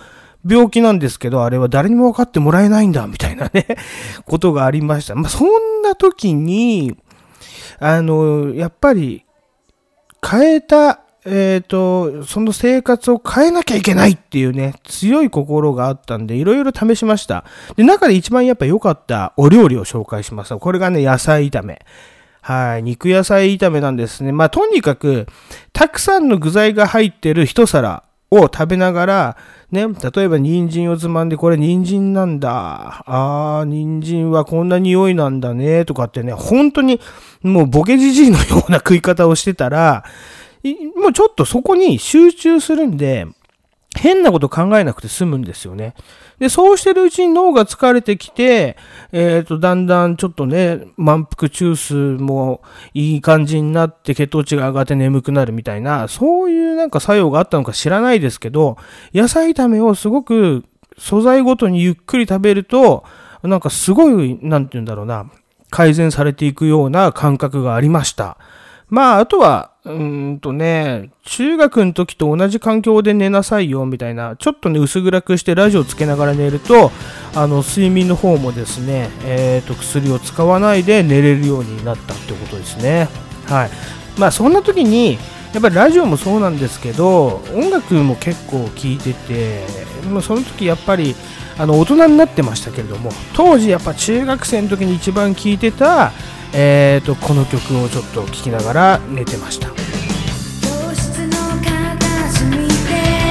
病気なんですけど、あれは誰にも分かってもらえないんだ、みたいなね、ことがありました。まあ、そんな時に、あの、やっぱり、変えた、えっと、その生活を変えなきゃいけないっていうね、強い心があったんで、いろいろ試しました。で、中で一番やっぱ良かったお料理を紹介します。これがね、野菜炒め。はい、肉野菜炒めなんですね。まあ、とにかく、たくさんの具材が入ってる一皿を食べながら、ね、例えば人参をつまんで、これ人参なんだ。あー、人参はこんな匂いなんだね、とかってね、本当にもうボケじじいのような食い方をしてたら、もうちょっとそこに集中するんで、変なこと考えなくて済むんですよね。で、そうしてるうちに脳が疲れてきて、えっと、だんだんちょっとね、満腹中枢もいい感じになって血糖値が上がって眠くなるみたいな、そういうなんか作用があったのか知らないですけど、野菜炒めをすごく素材ごとにゆっくり食べると、なんかすごい、なんて言うんだろうな、改善されていくような感覚がありました。まあ、あとは、うーんとね、中学の時と同じ環境で寝なさいよ、みたいな、ちょっとね、薄暗くしてラジオつけながら寝ると、あの、睡眠の方もですね、えっと、薬を使わないで寝れるようになったってことですね。はい。まあ、そんな時に、やっぱりラジオもそうなんですけど、音楽も結構聴いてて、まあ、その時やっぱり、あの、大人になってましたけれども、当時やっぱ中学生の時に一番聴いてた、えーと、この曲をちょっと聴きながら寝てました。 教室の片隅で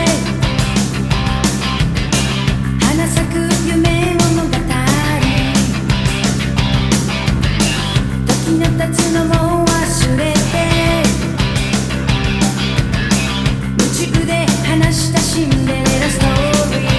花咲く夢物語、時の経つのも忘れて夢中で話したシンデレラストーリー、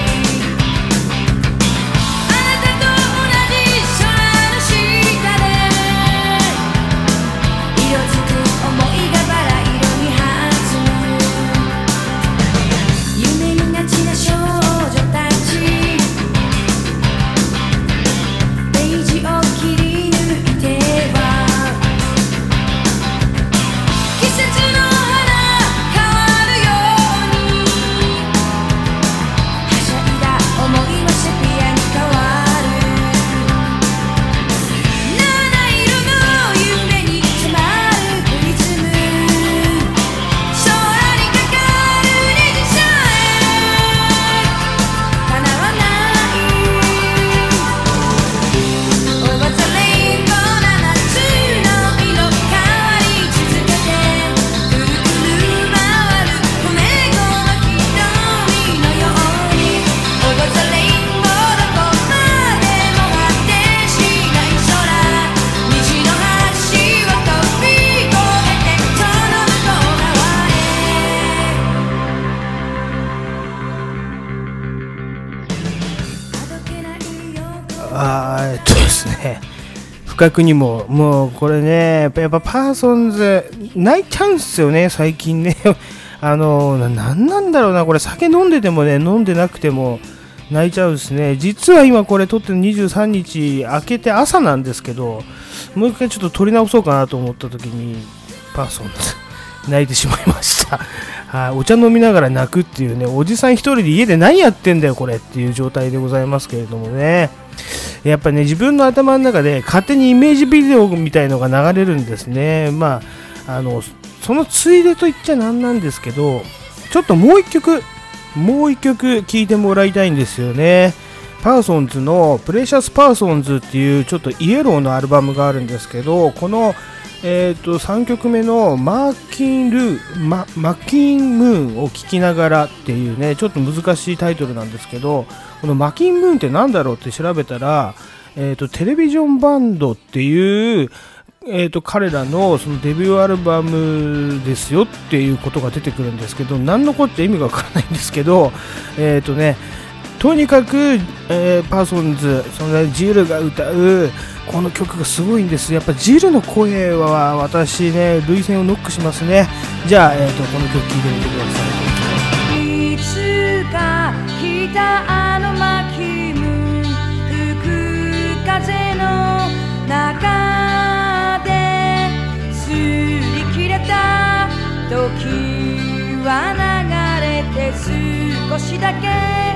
不覚にも、もうこれね、やっぱパーソンズ泣いちゃうんすよね、最近ね。あの、なんなんだろうな、これ酒飲んでてもね、飲んでなくても泣いちゃうですね。実は今これ撮ってるにじゅうさんにち明けて朝なんですけど、もう一回ちょっと撮り直そうかなと思った時に、パーソンズ泣いてしまいました。はい、お茶飲みながら泣くっていうね、おじさん一人で家で何やってんだよこれっていう状態でございますけれどもね。やっぱね、自分の頭の中で勝手にイメージビデオみたいのが流れるんですね。まあ、あの、そのついでと言っちゃなんなんですけど、ちょっともう一曲、もう一曲聴いてもらいたいんですよね。パーソンズのプレシャスパーソンズっていうちょっとイエローのアルバムがあるんですけど、このえー、とさんきょくめのマーキンルー、マ、マキンムーンを聴きながらっていうね、ちょっと難しいタイトルなんですけど、このマキンムーンってなんだろうって調べたら、えー、とテレビジョンバンドっていう、えー、と彼らのそのデビューアルバムですよっていうことが出てくるんですけど、何のこって意味がわからないんですけど、えーとね、とにかく、えー、パーソンズ、その、ね、ジルが歌うこの曲がすごいんです。やっぱジルの声は私ね、涙腺をノックしますね。じゃあ、えー、とこの曲聴いてみてください。 いつか来たあのマキム吹く風の中ですり切れた時は流れて少しだけ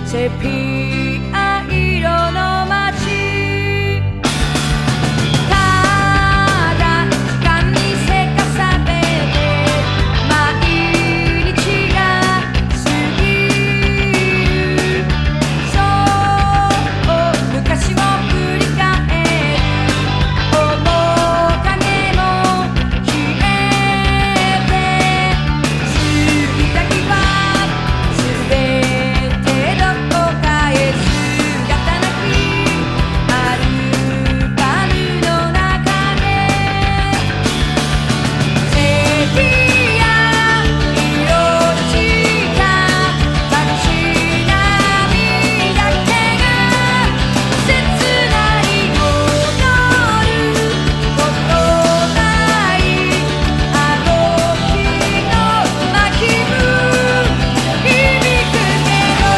セピア色の街ただ時間にせかされて毎日が過ぎるそう昔を振り返る面影も消えて過ぎた日はすべてどこかへ姿なきアルバムの中でセピア色した街並みだけが切ない踊ることないあの日の泣き声響くけど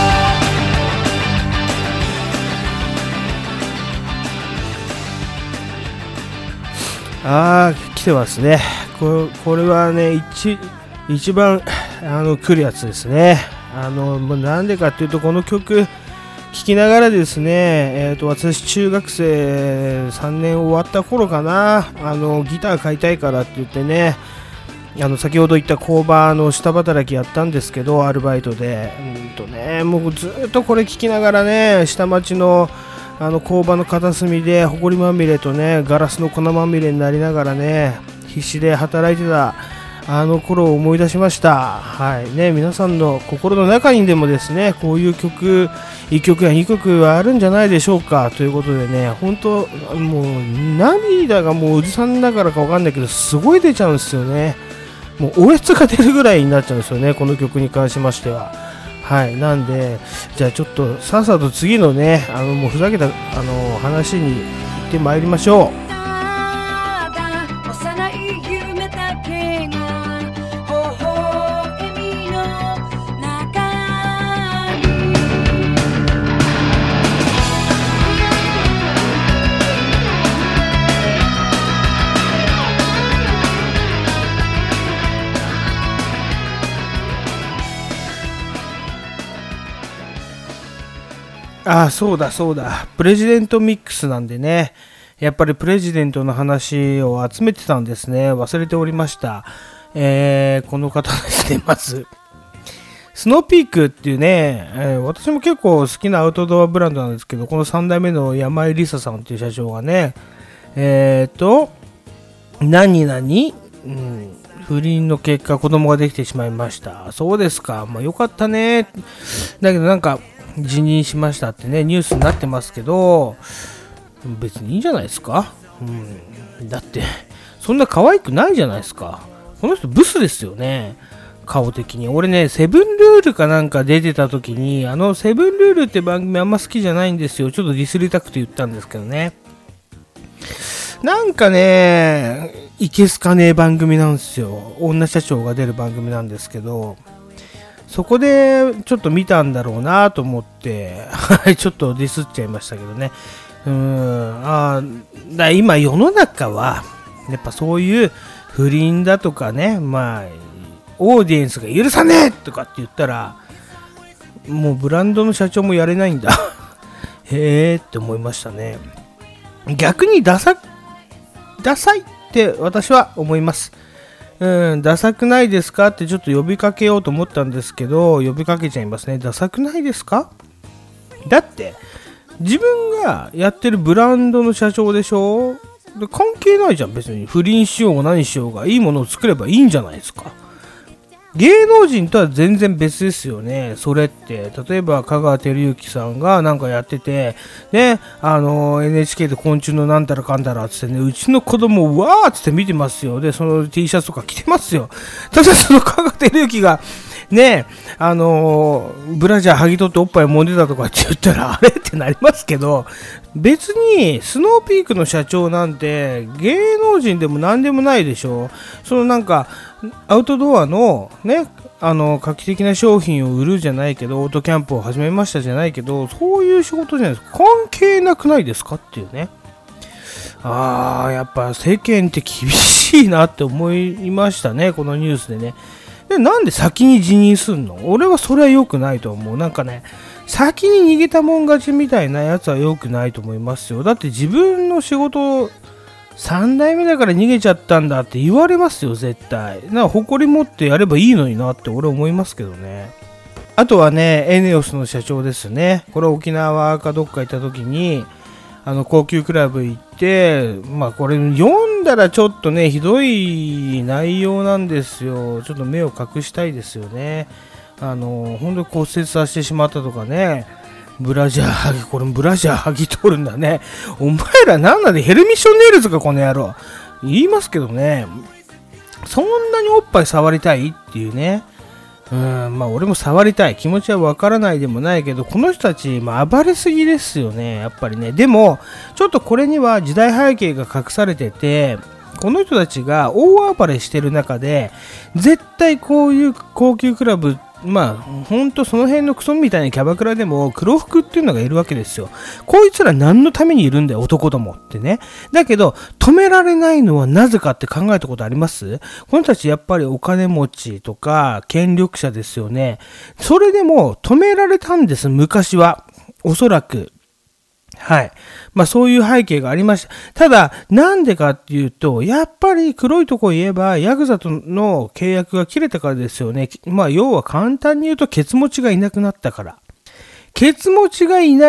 あー来てますね。これ、これはね一一番あの来るやつですね。あのもうなんでかっていうとこの曲聴きながらですね、えー、と私中学生さんねん終わった頃かな、あのギター買いたいからって言ってね、あの先ほど言った工場の下働きやったんですけど、アルバイトでうんとねもうずっとこれ聴きながらね、下町のあの工場の片隅で埃まみれとねガラスの粉まみれになりながらね必死で働いてたあの頃を思い出しました。はいね、皆さんの心の中にでもですねこういう曲いっきょくやにきょくはあるんじゃないでしょうかということでね、本当もう涙がもうおじさんだからかわかんないけどすごい出ちゃうんですよね。もうおえつが出るぐらいになっちゃうんですよね、この曲に関しましては。はい、なんでじゃあちょっとさっさと次のねあのもうふざけたあの話に行ってまいりましょう。 ただ幼い夢だけが微笑みの中にああそうだそうだ、プレジデントミックスなんでね、やっぱりプレジデントの話を集めてたんですね。忘れておりました。えー、この方ですね、まずスノーピークっていうね、えー、私も結構好きなアウトドアブランドなんですけど、このさん代目の山井梨沙さんっていう社長がね、えーと何々、うん、不倫の結果子供ができてしまいました。そうですか、まあよかったね。だけどなんか辞任しましたってねニュースになってますけど、別にいいんじゃないですか、うん、だってそんな可愛くないじゃないですか。この人ブスですよね、顔的に。俺ねセブンルールかなんか出てた時に、あのセブンルールって番組あんま好きじゃないんですよ。ちょっとディスりたくて言ったんですけどね、なんかねいけすかねえ番組なんですよ。女社長が出る番組なんですけど、そこでちょっと見たんだろうなと思ってちょっとディスっちゃいましたけどね。うーんあだ今世の中はやっぱそういう不倫だとかね、まあオーディエンスが許さねえとかって言ったらもうブランドの社長もやれないんだへえって思いましたね。逆にダサダサいって私は思います。うん、ダサくないですかってちょっと呼びかけようと思ったんですけど、呼びかけちゃいますね。ダサくないですか？だって自分がやってるブランドの社長でしょ？で関係ないじゃん、別に。不倫しようが何しようがいいものを作ればいいんじゃないですか。芸能人とは全然別ですよね、それって。例えば香川照之さんがなんかやっててね、あの エヌエイチケー で昆虫のなんたらかんたらっつってね、うちの子供わーっつって見てますよ。でその T シャツとか着てますよ。ただその香川照之がね、あのー、ブラジャー剥ぎ取っておっぱい揉んでたとかって言ったらあれってなりますけど、別にスノーピークの社長なんて芸能人でも何でもないでしょ。そのなんかアウトドアのね、あの画期的な商品を売るじゃないけど、オートキャンプを始めましたじゃないけど、そういう仕事じゃないですか。関係なくないですかっていうね。 あーやっぱ世間って厳しいなって思いましたね、このニュースでね。でなんで先に辞任すんの？俺はそれは良くないと思う。なんかね、先に逃げたもん勝ちみたいなやつは良くないと思いますよ。だって自分の仕事さん代目だから逃げちゃったんだって言われますよ、絶対。なんか誇り持ってやればいいのになって俺は思いますけどね。あとはね、エネオスの社長ですね。これ沖縄かどっか行った時に、あの高級クラブ行って、まあこれ読んだらちょっとね、ひどい内容なんですよ。ちょっと目を隠したいですよね。あの、本当に骨折させてしまったとかね、ブラジャー剥ぎ、これブラジャー剥ぎ取るんだね。お前らなんなんでヘルミッションネイルズかこの野郎。言いますけどね、そんなにおっぱい触りたいっていうね。うん、まあ俺も触りたい気持ちはわからないでもないけど、この人たち、まあ、暴れすぎですよね、やっぱりね。でもちょっとこれには時代背景が隠されてて、この人たちが大暴れしてる中で絶対こういう高級クラブ、まあほんとその辺のクソみたいなキャバクラでも黒服っていうのがいるわけですよ。こいつら何のためにいるんだよ、男どもってね。だけど止められないのはなぜかって考えたことあります？この人たちやっぱりお金持ちとか権力者ですよね。それでも止められたんです、昔は。おそらく。はい。まあそういう背景がありました。ただ、なんでかっていうと、やっぱり黒いとこ言えば、ヤクザとの契約が切れたからですよね。まあ要は簡単に言うと、ケツ持ちがいなくなったから。ケツ持ちがいない、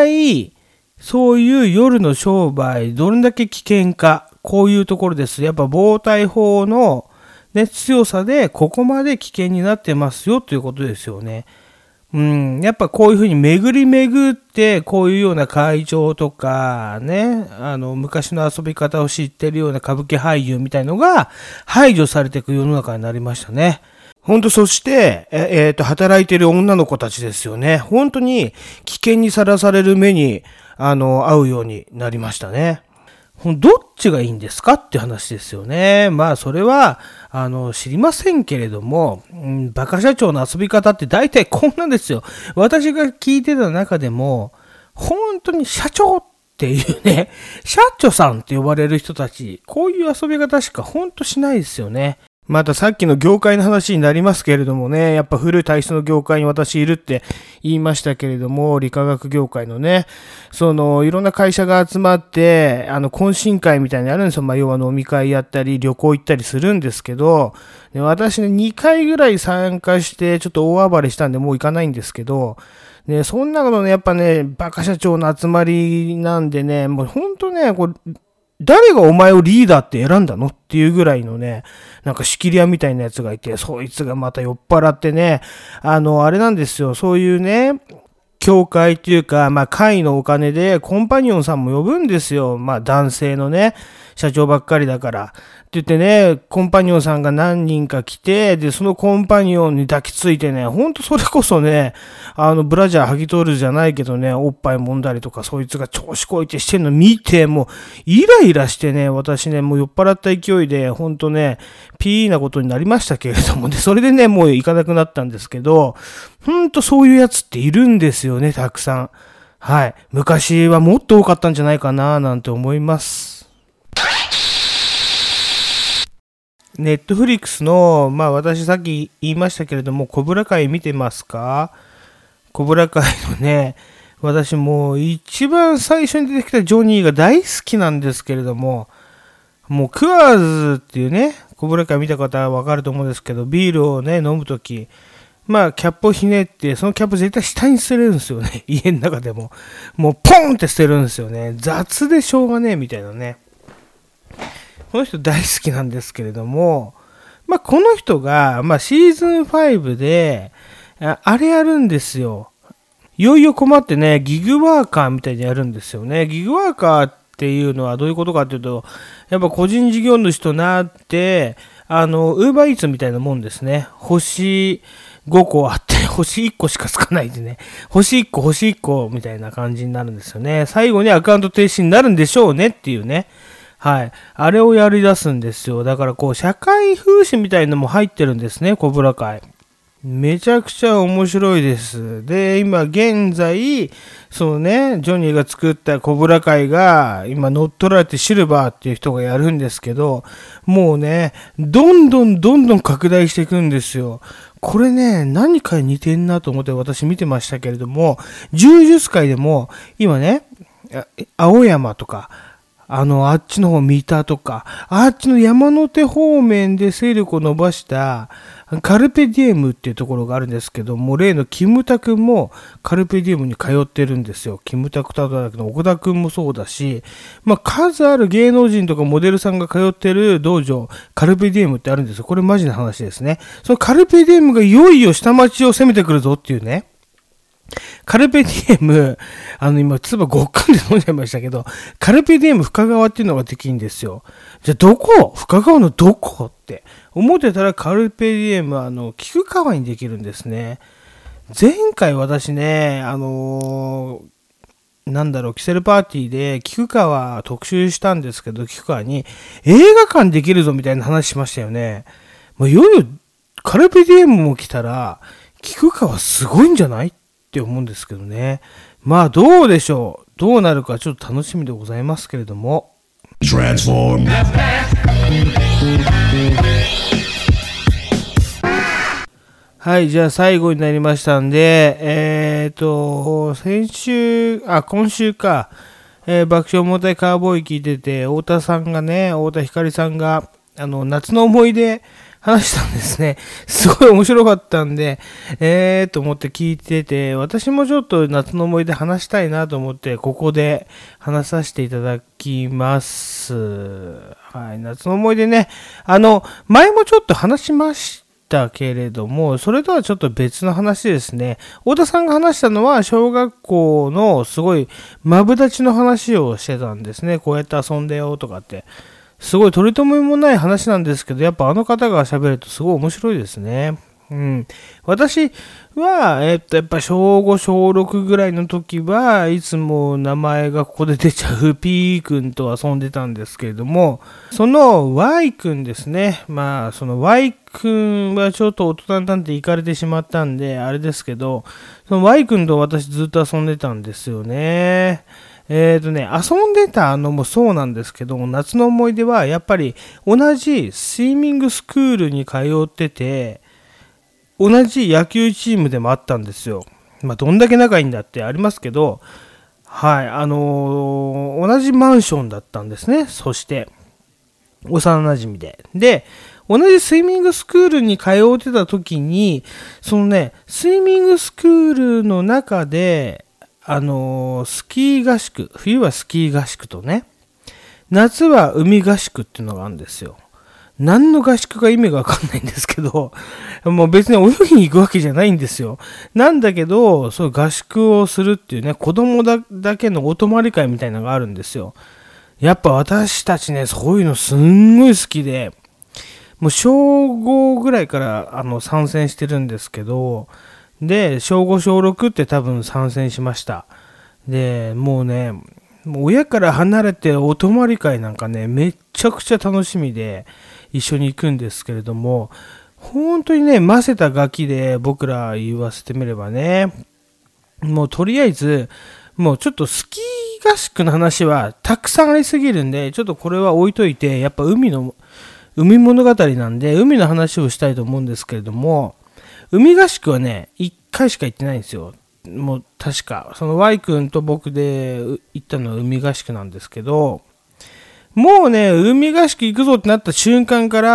そういう夜の商売、どれだけ危険か、こういうところです。やっぱ暴対法の、ね、強さで、ここまで危険になってますよということですよね。うん、やっぱこういうふうに巡り巡ってこういうような会場とかね、あの昔の遊び方を知ってるような歌舞伎俳優みたいのが排除されていく世の中になりましたね。本当、そしてえ、えーと働いている女の子たちですよね。本当に危険にさらされる目にあの遭うようになりましたね。どっちがいいんですかって話ですよね。まあそれはあの知りませんけれども、うん、バカ社長の遊び方って大体こんなんですよ。私が聞いてた中でも本当に社長っていうね、社長さんって呼ばれる人たち、こういう遊び方しか本当しないですよね。またさっきの業界の話になりますけれどもね、やっぱ古い体質の業界に私いるって言いましたけれども、理化学業界のね、そのいろんな会社が集まって、あの懇親会みたいになるんですよ。まあ要は飲み会やったり旅行行ったりするんですけど、で私ねにかいぐらい参加してちょっと大暴れしたんでもう行かないんですけど、ね、そんなことね、やっぱね、バカ社長の集まりなんでね、もうほんとね、これ、誰がお前をリーダーって選んだのっていうぐらいのね、なんか仕切り屋みたいなやつがいて、そいつがまた酔っ払ってね、あの、あれなんですよ、そういうね、協会っていうか、まあ会のお金でコンパニオンさんも呼ぶんですよ。まあ男性のね、社長ばっかりだから。って言ってね、コンパニオンさんが何人か来て、で、そのコンパニオンに抱きついてね、ほんとそれこそね、あの、ブラジャー剥ぎ取るじゃないけどね、おっぱい揉んだりとか、そいつが調子こいてしてんの見て、もう、イライラしてね、私ね、もう酔っ払った勢いで、ほんとね、ピーなことになりましたけれどもね、それでね、もう行かなくなったんですけど、ほんとそういうやつっているんですよね、たくさん。はい。昔はもっと多かったんじゃないかな、なんて思います。ネットフリックスの、まあ私さっき言いましたけれども、コブラ会見てますか？コブラ会のね、私もう一番最初に出てきたジョニーが大好きなんですけれども、もうクワーズっていうね、コブラ会見た方はわかると思うんですけど、ビールをね、飲むとき、まあキャップをひねって、そのキャップ絶対下に捨てれるんですよね。家の中でも。もうポンって捨てるんですよね。雑でしょうがねえみたいなね。この人大好きなんですけれども、まあ、この人が、まあ、シーズンファイブで、あれやるんですよ。いよいよ困ってね、ギグワーカーみたいにやるんですよね。ギグワーカーっていうのはどういうことかっていうと、やっぱ個人事業主となって、あの、ウーバーイーツみたいなもんですね。星ごこあって、星いっこしかつかないでね。星いっこ、星いっこみたいな感じになるんですよね。最後にアカウント停止になるんでしょうねっていうね。はい。あれをやり出すんですよ。だからこう、社会風刺みたいなのも入ってるんですね、コブラ会。 めちゃくちゃ面白いです。で、今現在、そのね、ジョニーが作ったコブラ会が、今乗っ取られてシルバーっていう人がやるんですけど、もうね、どんどんどんどん拡大していくんですよ。これね、何かに似てんなと思って私見てましたけれども、柔術界でも、今ね、青山とか、あの、あっちの方、三田とか、あっちの山手方面で勢力を伸ばした、カルペディエムっていうところがあるんですけども、例のキムタクもカルペディエムに通ってるんですよ。キムタクとだけど、岡田くんもそうだし、まあ、数ある芸能人とかモデルさんが通ってる道場、カルペディエムってあるんですよ。これマジな話ですね。そのカルペディエムがいよいよ下町を攻めてくるぞっていうね。カルペディエム、あの今、つばごっくんで飲んじゃいましたけど、カルペディエム深川っていうのができるんですよ。じゃあどこ深川のどこって思ってたらカルペディエム、あの、菊川にできるんですね。前回私ね、あのー、なんだろう、キセルパーティーで菊川特集したんですけど、菊川に映画館できるぞみたいな話しましたよね。もういよいよカルペディエムも来たら、菊川すごいんじゃないって思うんですけどね。まあどうでしょう。どうなるかちょっと楽しみでございますけれども。Transform。はい、じゃあ最後になりましたんで、えっと、先週、あ、今週か、えー、爆笑問題カーボーイ聞いてて、太田さんがね、太田光さんが、あの、夏の思い出、話したんですね。すごい面白かったんで、えーと思って聞いてて、私もちょっと夏の思い出話したいなと思って、ここで話させていただきます。はい、夏の思い出ね。あの、前もちょっと話しましたけれども、それとはちょっと別の話ですね。太田さんが話したのは、小学校のすごいマブダチの話をしてたんですね。こうやって遊んでよとかって。すごい取り留めもない話なんですけど、やっぱあの方が喋るとすごい面白いですね。うん。私は、えっと、やっぱ小ご、小ろくぐらいの時はいつも名前がここで出ちゃう P 君と遊んでたんですけれども、その Y 君ですね。まあ、その Y 君はちょっと大人になって行かれてしまったんで、あれですけど、その Y 君と私ずっと遊んでたんですよね。えーとね、遊んでたのもそうなんですけど、夏の思い出はやっぱり同じスイミングスクールに通ってて、同じ野球チームでもあったんですよ。まあ、どんだけ仲いいんだってありますけど、はい、あのー、同じマンションだったんですね。そして、幼馴染で。で、同じスイミングスクールに通ってた時に、そのね、スイミングスクールの中で、あのー、スキー合宿、冬はスキー合宿とね、夏は海合宿っていうのがあるんですよ。何の合宿か意味がわかんないんですけど、もう別に泳ぎに行くわけじゃないんですよ。なんだけど、そういう合宿をするっていうね、子供だ、だけのお泊まり会みたいなのがあるんですよ。やっぱ私たちね、そういうのすんごい好きで、もう小ごぐらいからあの参戦してるんですけど、で、小ご、小ろくって多分参戦しました。で、もうね、もう親から離れてお泊まり会なんかね、めっちゃくちゃ楽しみで一緒に行くんですけれども、本当にね、ませたガキで僕ら言わせてみればね、もうとりあえず、もうちょっとスキー合宿の話はたくさんありすぎるんで、ちょっとこれは置いといて、やっぱ海の、海物語なんで、海の話をしたいと思うんですけれども、海合宿はね、いっかいしか行ってないんですよ。もう確か。その Y 君と僕で行ったのは海合宿なんですけど、もうね、海合宿行くぞってなった瞬間から、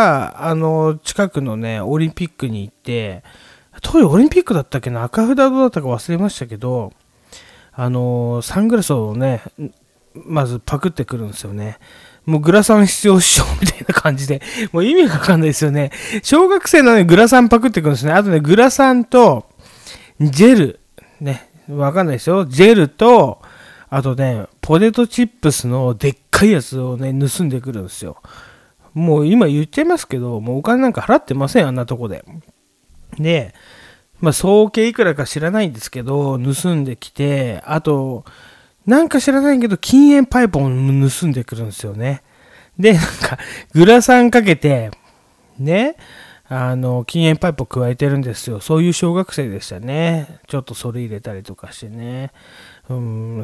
あの、近くのね、オリンピックに行って、当時オリンピックだったっけな、赤札どうだったか忘れましたけど、あの、サングラスをね、まずパクってくるんですよね。もうグラサン必要師匠みたいな感じで、もう意味がわかんないですよね。小学生なのにグラサンパクってくるんですね。あとね、グラサンと、ジェル、ね、わかんないですよ。ジェルと、あとね、ポテトチップスのでっかいやつをね、盗んでくるんですよ。もう今言っちゃいますけど、もうお金なんか払ってません、あんなとこで。で、まあ、総計いくらか知らないんですけど、盗んできて、あと、なんか知らないけど、禁煙パイプを盗んでくるんですよね。で、なんか、グラサンかけて、ね、 あの禁煙パイプを加えてるんですよ。そういう小学生でしたね。ちょっとそれ入れたりとかしてね、うん、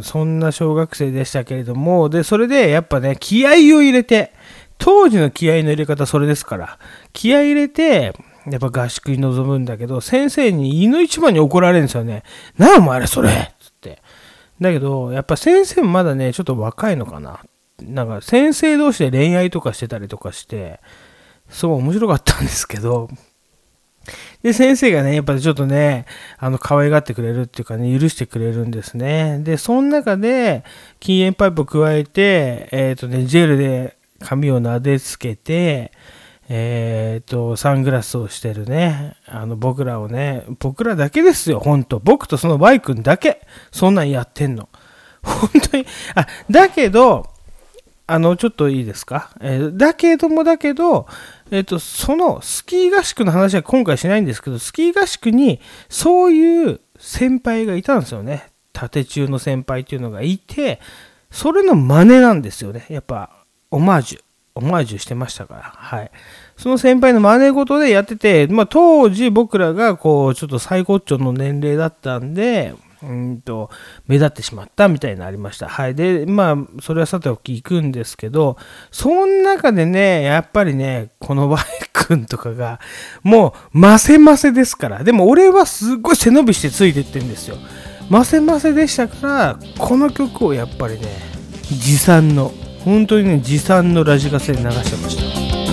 そんな小学生でしたけれども、でそれでやっぱね気合を入れて、当時の気合の入れ方それですから、気合入れてやっぱ合宿に臨むんだけど、先生にいの一番に怒られるんですよね。なあお前らそれっつって。だけどやっぱ先生もまだねちょっと若いのかな、なんか先生同士で恋愛とかしてたりとかして、すごい面白かったんですけど、で先生がねやっぱりちょっとねあの可愛がってくれるっていうかね、許してくれるんですね。でその中で禁煙パイプを加えて、えっとねジェルで髪を撫でつけて、えっとサングラスをしてるね、あの僕らをね、僕らだけですよ、本当僕とその Y 君だけそんなんやってんの、本当に。あだけどあのちょっといいですか、えー、だけどもだけど、えっとそのスキー合宿の話は今回しないんですけど、スキー合宿にそういう先輩がいたんですよね。縦中の先輩っていうのがいて、それの真似なんですよね。やっぱオマージュオマージュしてましたから、はい。その先輩の真似事でやってて、まあ当時僕らがこうちょっと最高潮の年齢だったんで、うんと目立ってしまったみたいになりました。はい。で、まあ、それはさておき行くんですけど、その中でね、やっぱりね、この Y 君とかが、もう、ませませですから。でも俺はすっごい背伸びしてついてってんですよ。ませませでしたから、この曲をやっぱりね、持参の、本当にね、持参のラジカセで流してました。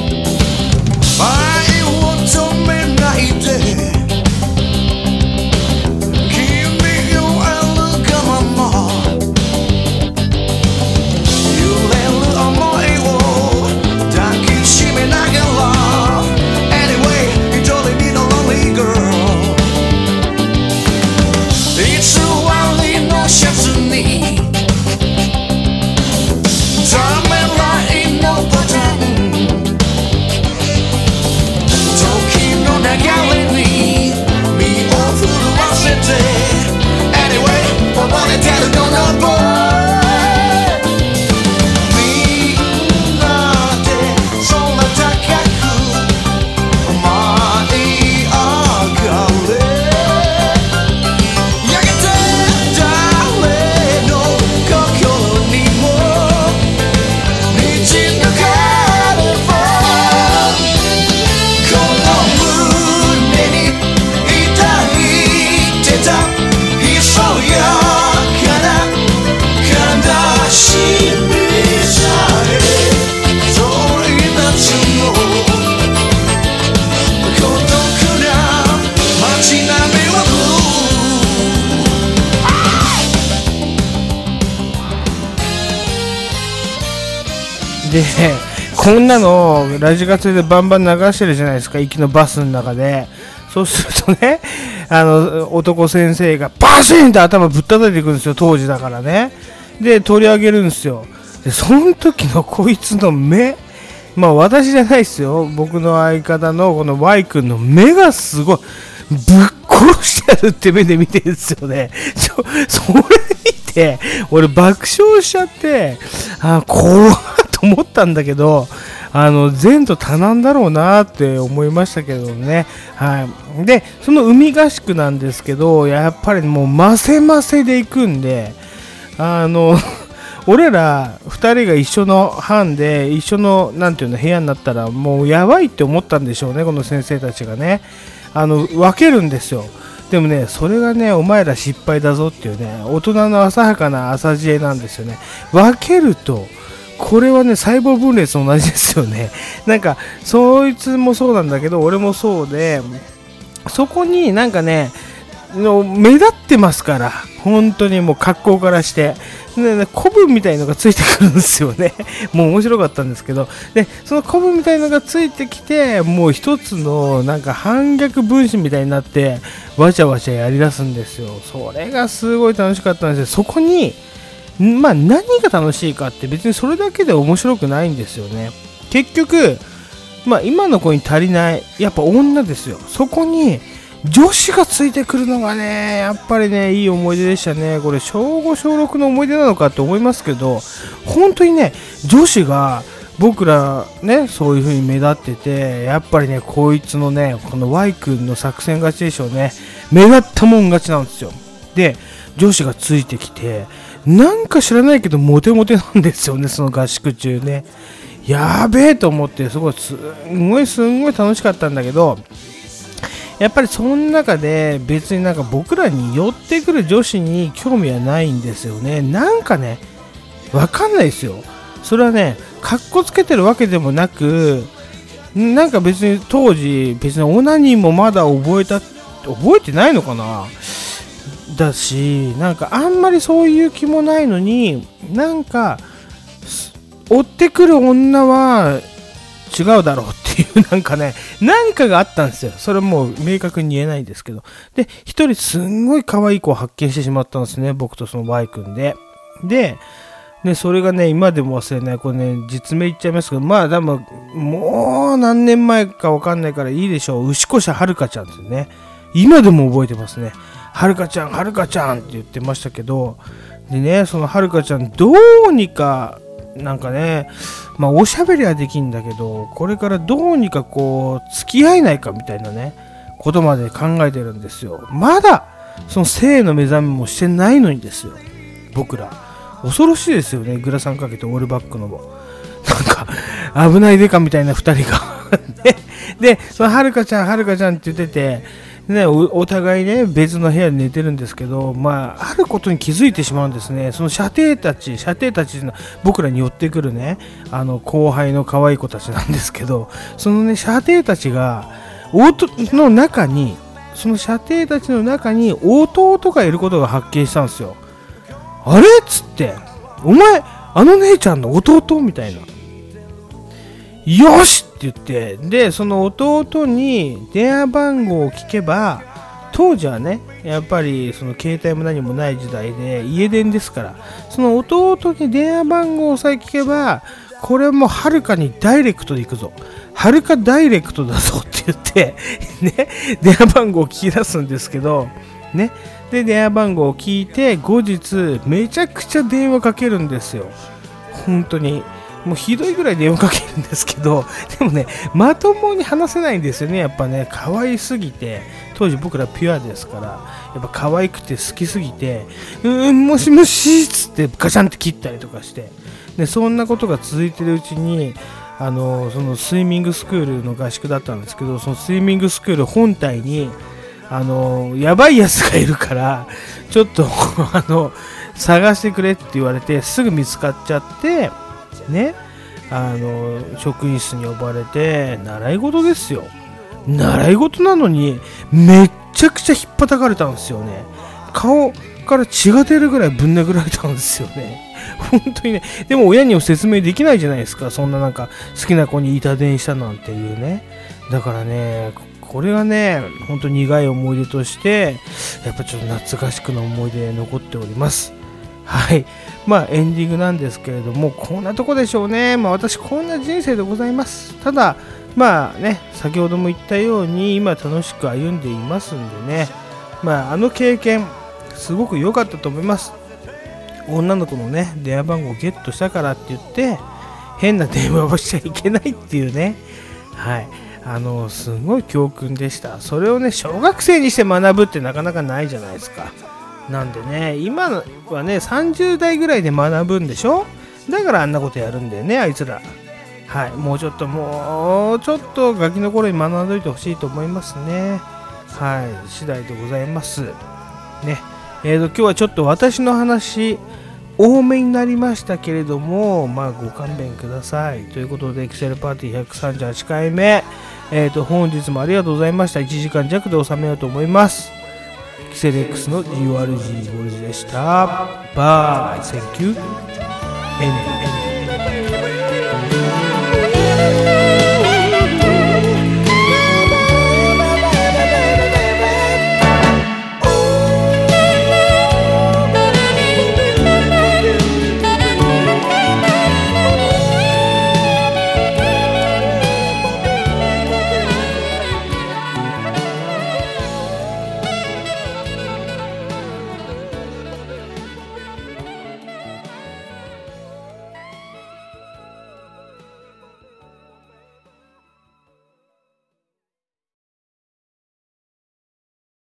前を止めないででこんなのラジカセでバンバン流してるじゃないですか、行きのバスの中で。そうするとね、あの男先生がバシーンって頭ぶったたいていくんですよ、当時だからね。で取り上げるんですよ。でその時のこいつの目、まあ私じゃないですよ、僕の相方のこの Y 君の目がすごい、ぶっ殺してやるって目で見てるんですよね。そ, それ見て俺爆笑しちゃって、あ怖っと思ったんだけど、あの前途多難だろうなって思いましたけどね。はい。でその海合宿なんですけど、やっぱりもうませませで行くんで、あの俺らふたりが一緒の班で一緒のなんていうの部屋になったらもうやばいって思ったんでしょうね、この先生たちがね。あの分けるんですよ。でもね、それがね、お前ら失敗だぞっていうね、大人の浅はかな浅知恵なんですよね。分けるとこれはね、細胞分裂と同じですよね。なんかそいつもそうなんだけど俺もそうで、そこになんかねの目立ってますから、本当にもう格好からしてで、ね、コブみたいのがついてくるんですよね。もう面白かったんですけど、でそのコブみたいのがついてきて、もう一つのなんか反逆分子みたいになってわちゃわちゃやりだすんですよ。それがすごい楽しかったんですよ。そこにまあ何が楽しいかって別にそれだけで面白くないんですよね。結局まあ今の子に足りないやっぱ女ですよ。そこに女子がついてくるのがね、やっぱりねいい思い出でしたね。これ小ご小ろくの思い出なのかって思いますけど、本当にね女子が僕らねそういう風に目立ってて、やっぱりねこいつのねこの Y 君の作戦勝ちでしょうね。目立ったもん勝ちなんですよ。で女子がついてきて、なんか知らないけどモテモテなんですよね、その合宿中ね。やべえと思って、すごいすんごいすんごい楽しかったんだけど、やっぱりその中で別になんか僕らに寄ってくる女子に興味はないんですよね。なんかねわかんないですよ。それはねかっこつけてるわけでもなく、なんか別に当時別にオナニーもまだ覚えた覚えてないのかなだし、なんかあんまりそういう気もないのに、なんか追ってくる女は違うだろうっていうなんかねなんかがあったんですよ。それはもう明確に言えないんですけど、で一人すんごい可愛い子を発見してしまったんですね、僕とその Y 君で。でね、それがね今でも忘れない、これね実名言っちゃいますけど、まあ多分もう何年前か分かんないからいいでしょう、牛越はるかちゃんですね。今でも覚えてますね。はるかちゃんはるかちゃんって言ってましたけど、でねそのはるかちゃんどうにかなんかね、まあおしゃべりはできんだけど、これからどうにかこう付き合えないかみたいなねことまで考えてるんですよ。まだその性の目覚めもしてないのにですよ、僕ら。恐ろしいですよね、グラサンかけてオールバックのもなんか危ないデカみたいなふたりがで, でそのはるかちゃんはるかちゃんって言っててね、 お, お互いね別の部屋で寝てるんですけど、まああることに気づいてしまうんですね。その射程たち射程たちの僕らに寄ってくるねあの後輩の可愛い子たちなんですけど、そのね射程たちがの中にその射程たちの中に弟がいることが発見したんですよ。あれっつって、お前あの姉ちゃんの弟みたいな、よしって言って、でその弟に電話番号を聞けば、当時はねやっぱりその携帯も何もない時代で家電ですから、その弟に電話番号さえ聞けば、これもはるかにダイレクトで行くぞ、はるかダイレクトだぞって言ってね電話番号を聞き出すんですけどね。で電話番号を聞いて、後日めちゃくちゃ電話かけるんですよ。本当にもうひどいぐらい電話かけるんですけど、でもねまともに話せないんですよね。やっぱね可愛すぎて、当時僕らピュアですから、やっぱ可愛くて好きすぎて、うーんもしもしっつってガチャンって切ったりとかして、でそんなことが続いてるうちに、あのそのスイミングスクールの合宿だったんですけど、そのスイミングスクール本体にあのやばいやつがいるからちょっとあの探してくれって言われて、すぐ見つかっちゃってね、あの職員室に呼ばれて習い事ですよ。習い事なのにめっちゃくちゃ引っ叩かれたんですよね。顔から血が出るぐらいぶん殴られたんですよね。本当にね。でも親には説明できないじゃないですか、そんななんか好きな子に痛電したなんていうね。だからねこれがね本当に苦い思い出としてやっぱちょっと懐かしくな思い出残っております。はい、まあエンディングなんですけれども、こんなとこでしょうね。まあ私こんな人生でございます。ただまあね先ほども言ったように今楽しく歩んでいますんでね、まああの経験すごく良かったと思います。女の子のね電話番号をゲットしたからって言って変な電話をしちゃいけないっていうね、はいあのすごい教訓でした。それをね小学生にして学ぶってなかなかないじゃないですか。なんでね今はねさんじゅう代ぐらいで学ぶんでしょ。だからあんなことやるんだよねあいつら。はい、もうちょっともうちょっとガキの頃に学んどいてほしいと思いますね。はい次第でございますね。えーと今日はちょっと私の話多めになりましたけれども、まあご勘弁くださいということで、エクセルパーティーひゃくさんじゅうはちかいめ、えーと本日もありがとうございました。いちじかん弱で収めようと思います。キセル X の ジーオーアールジー ゴルジでした。バイ、センキュー、エンド。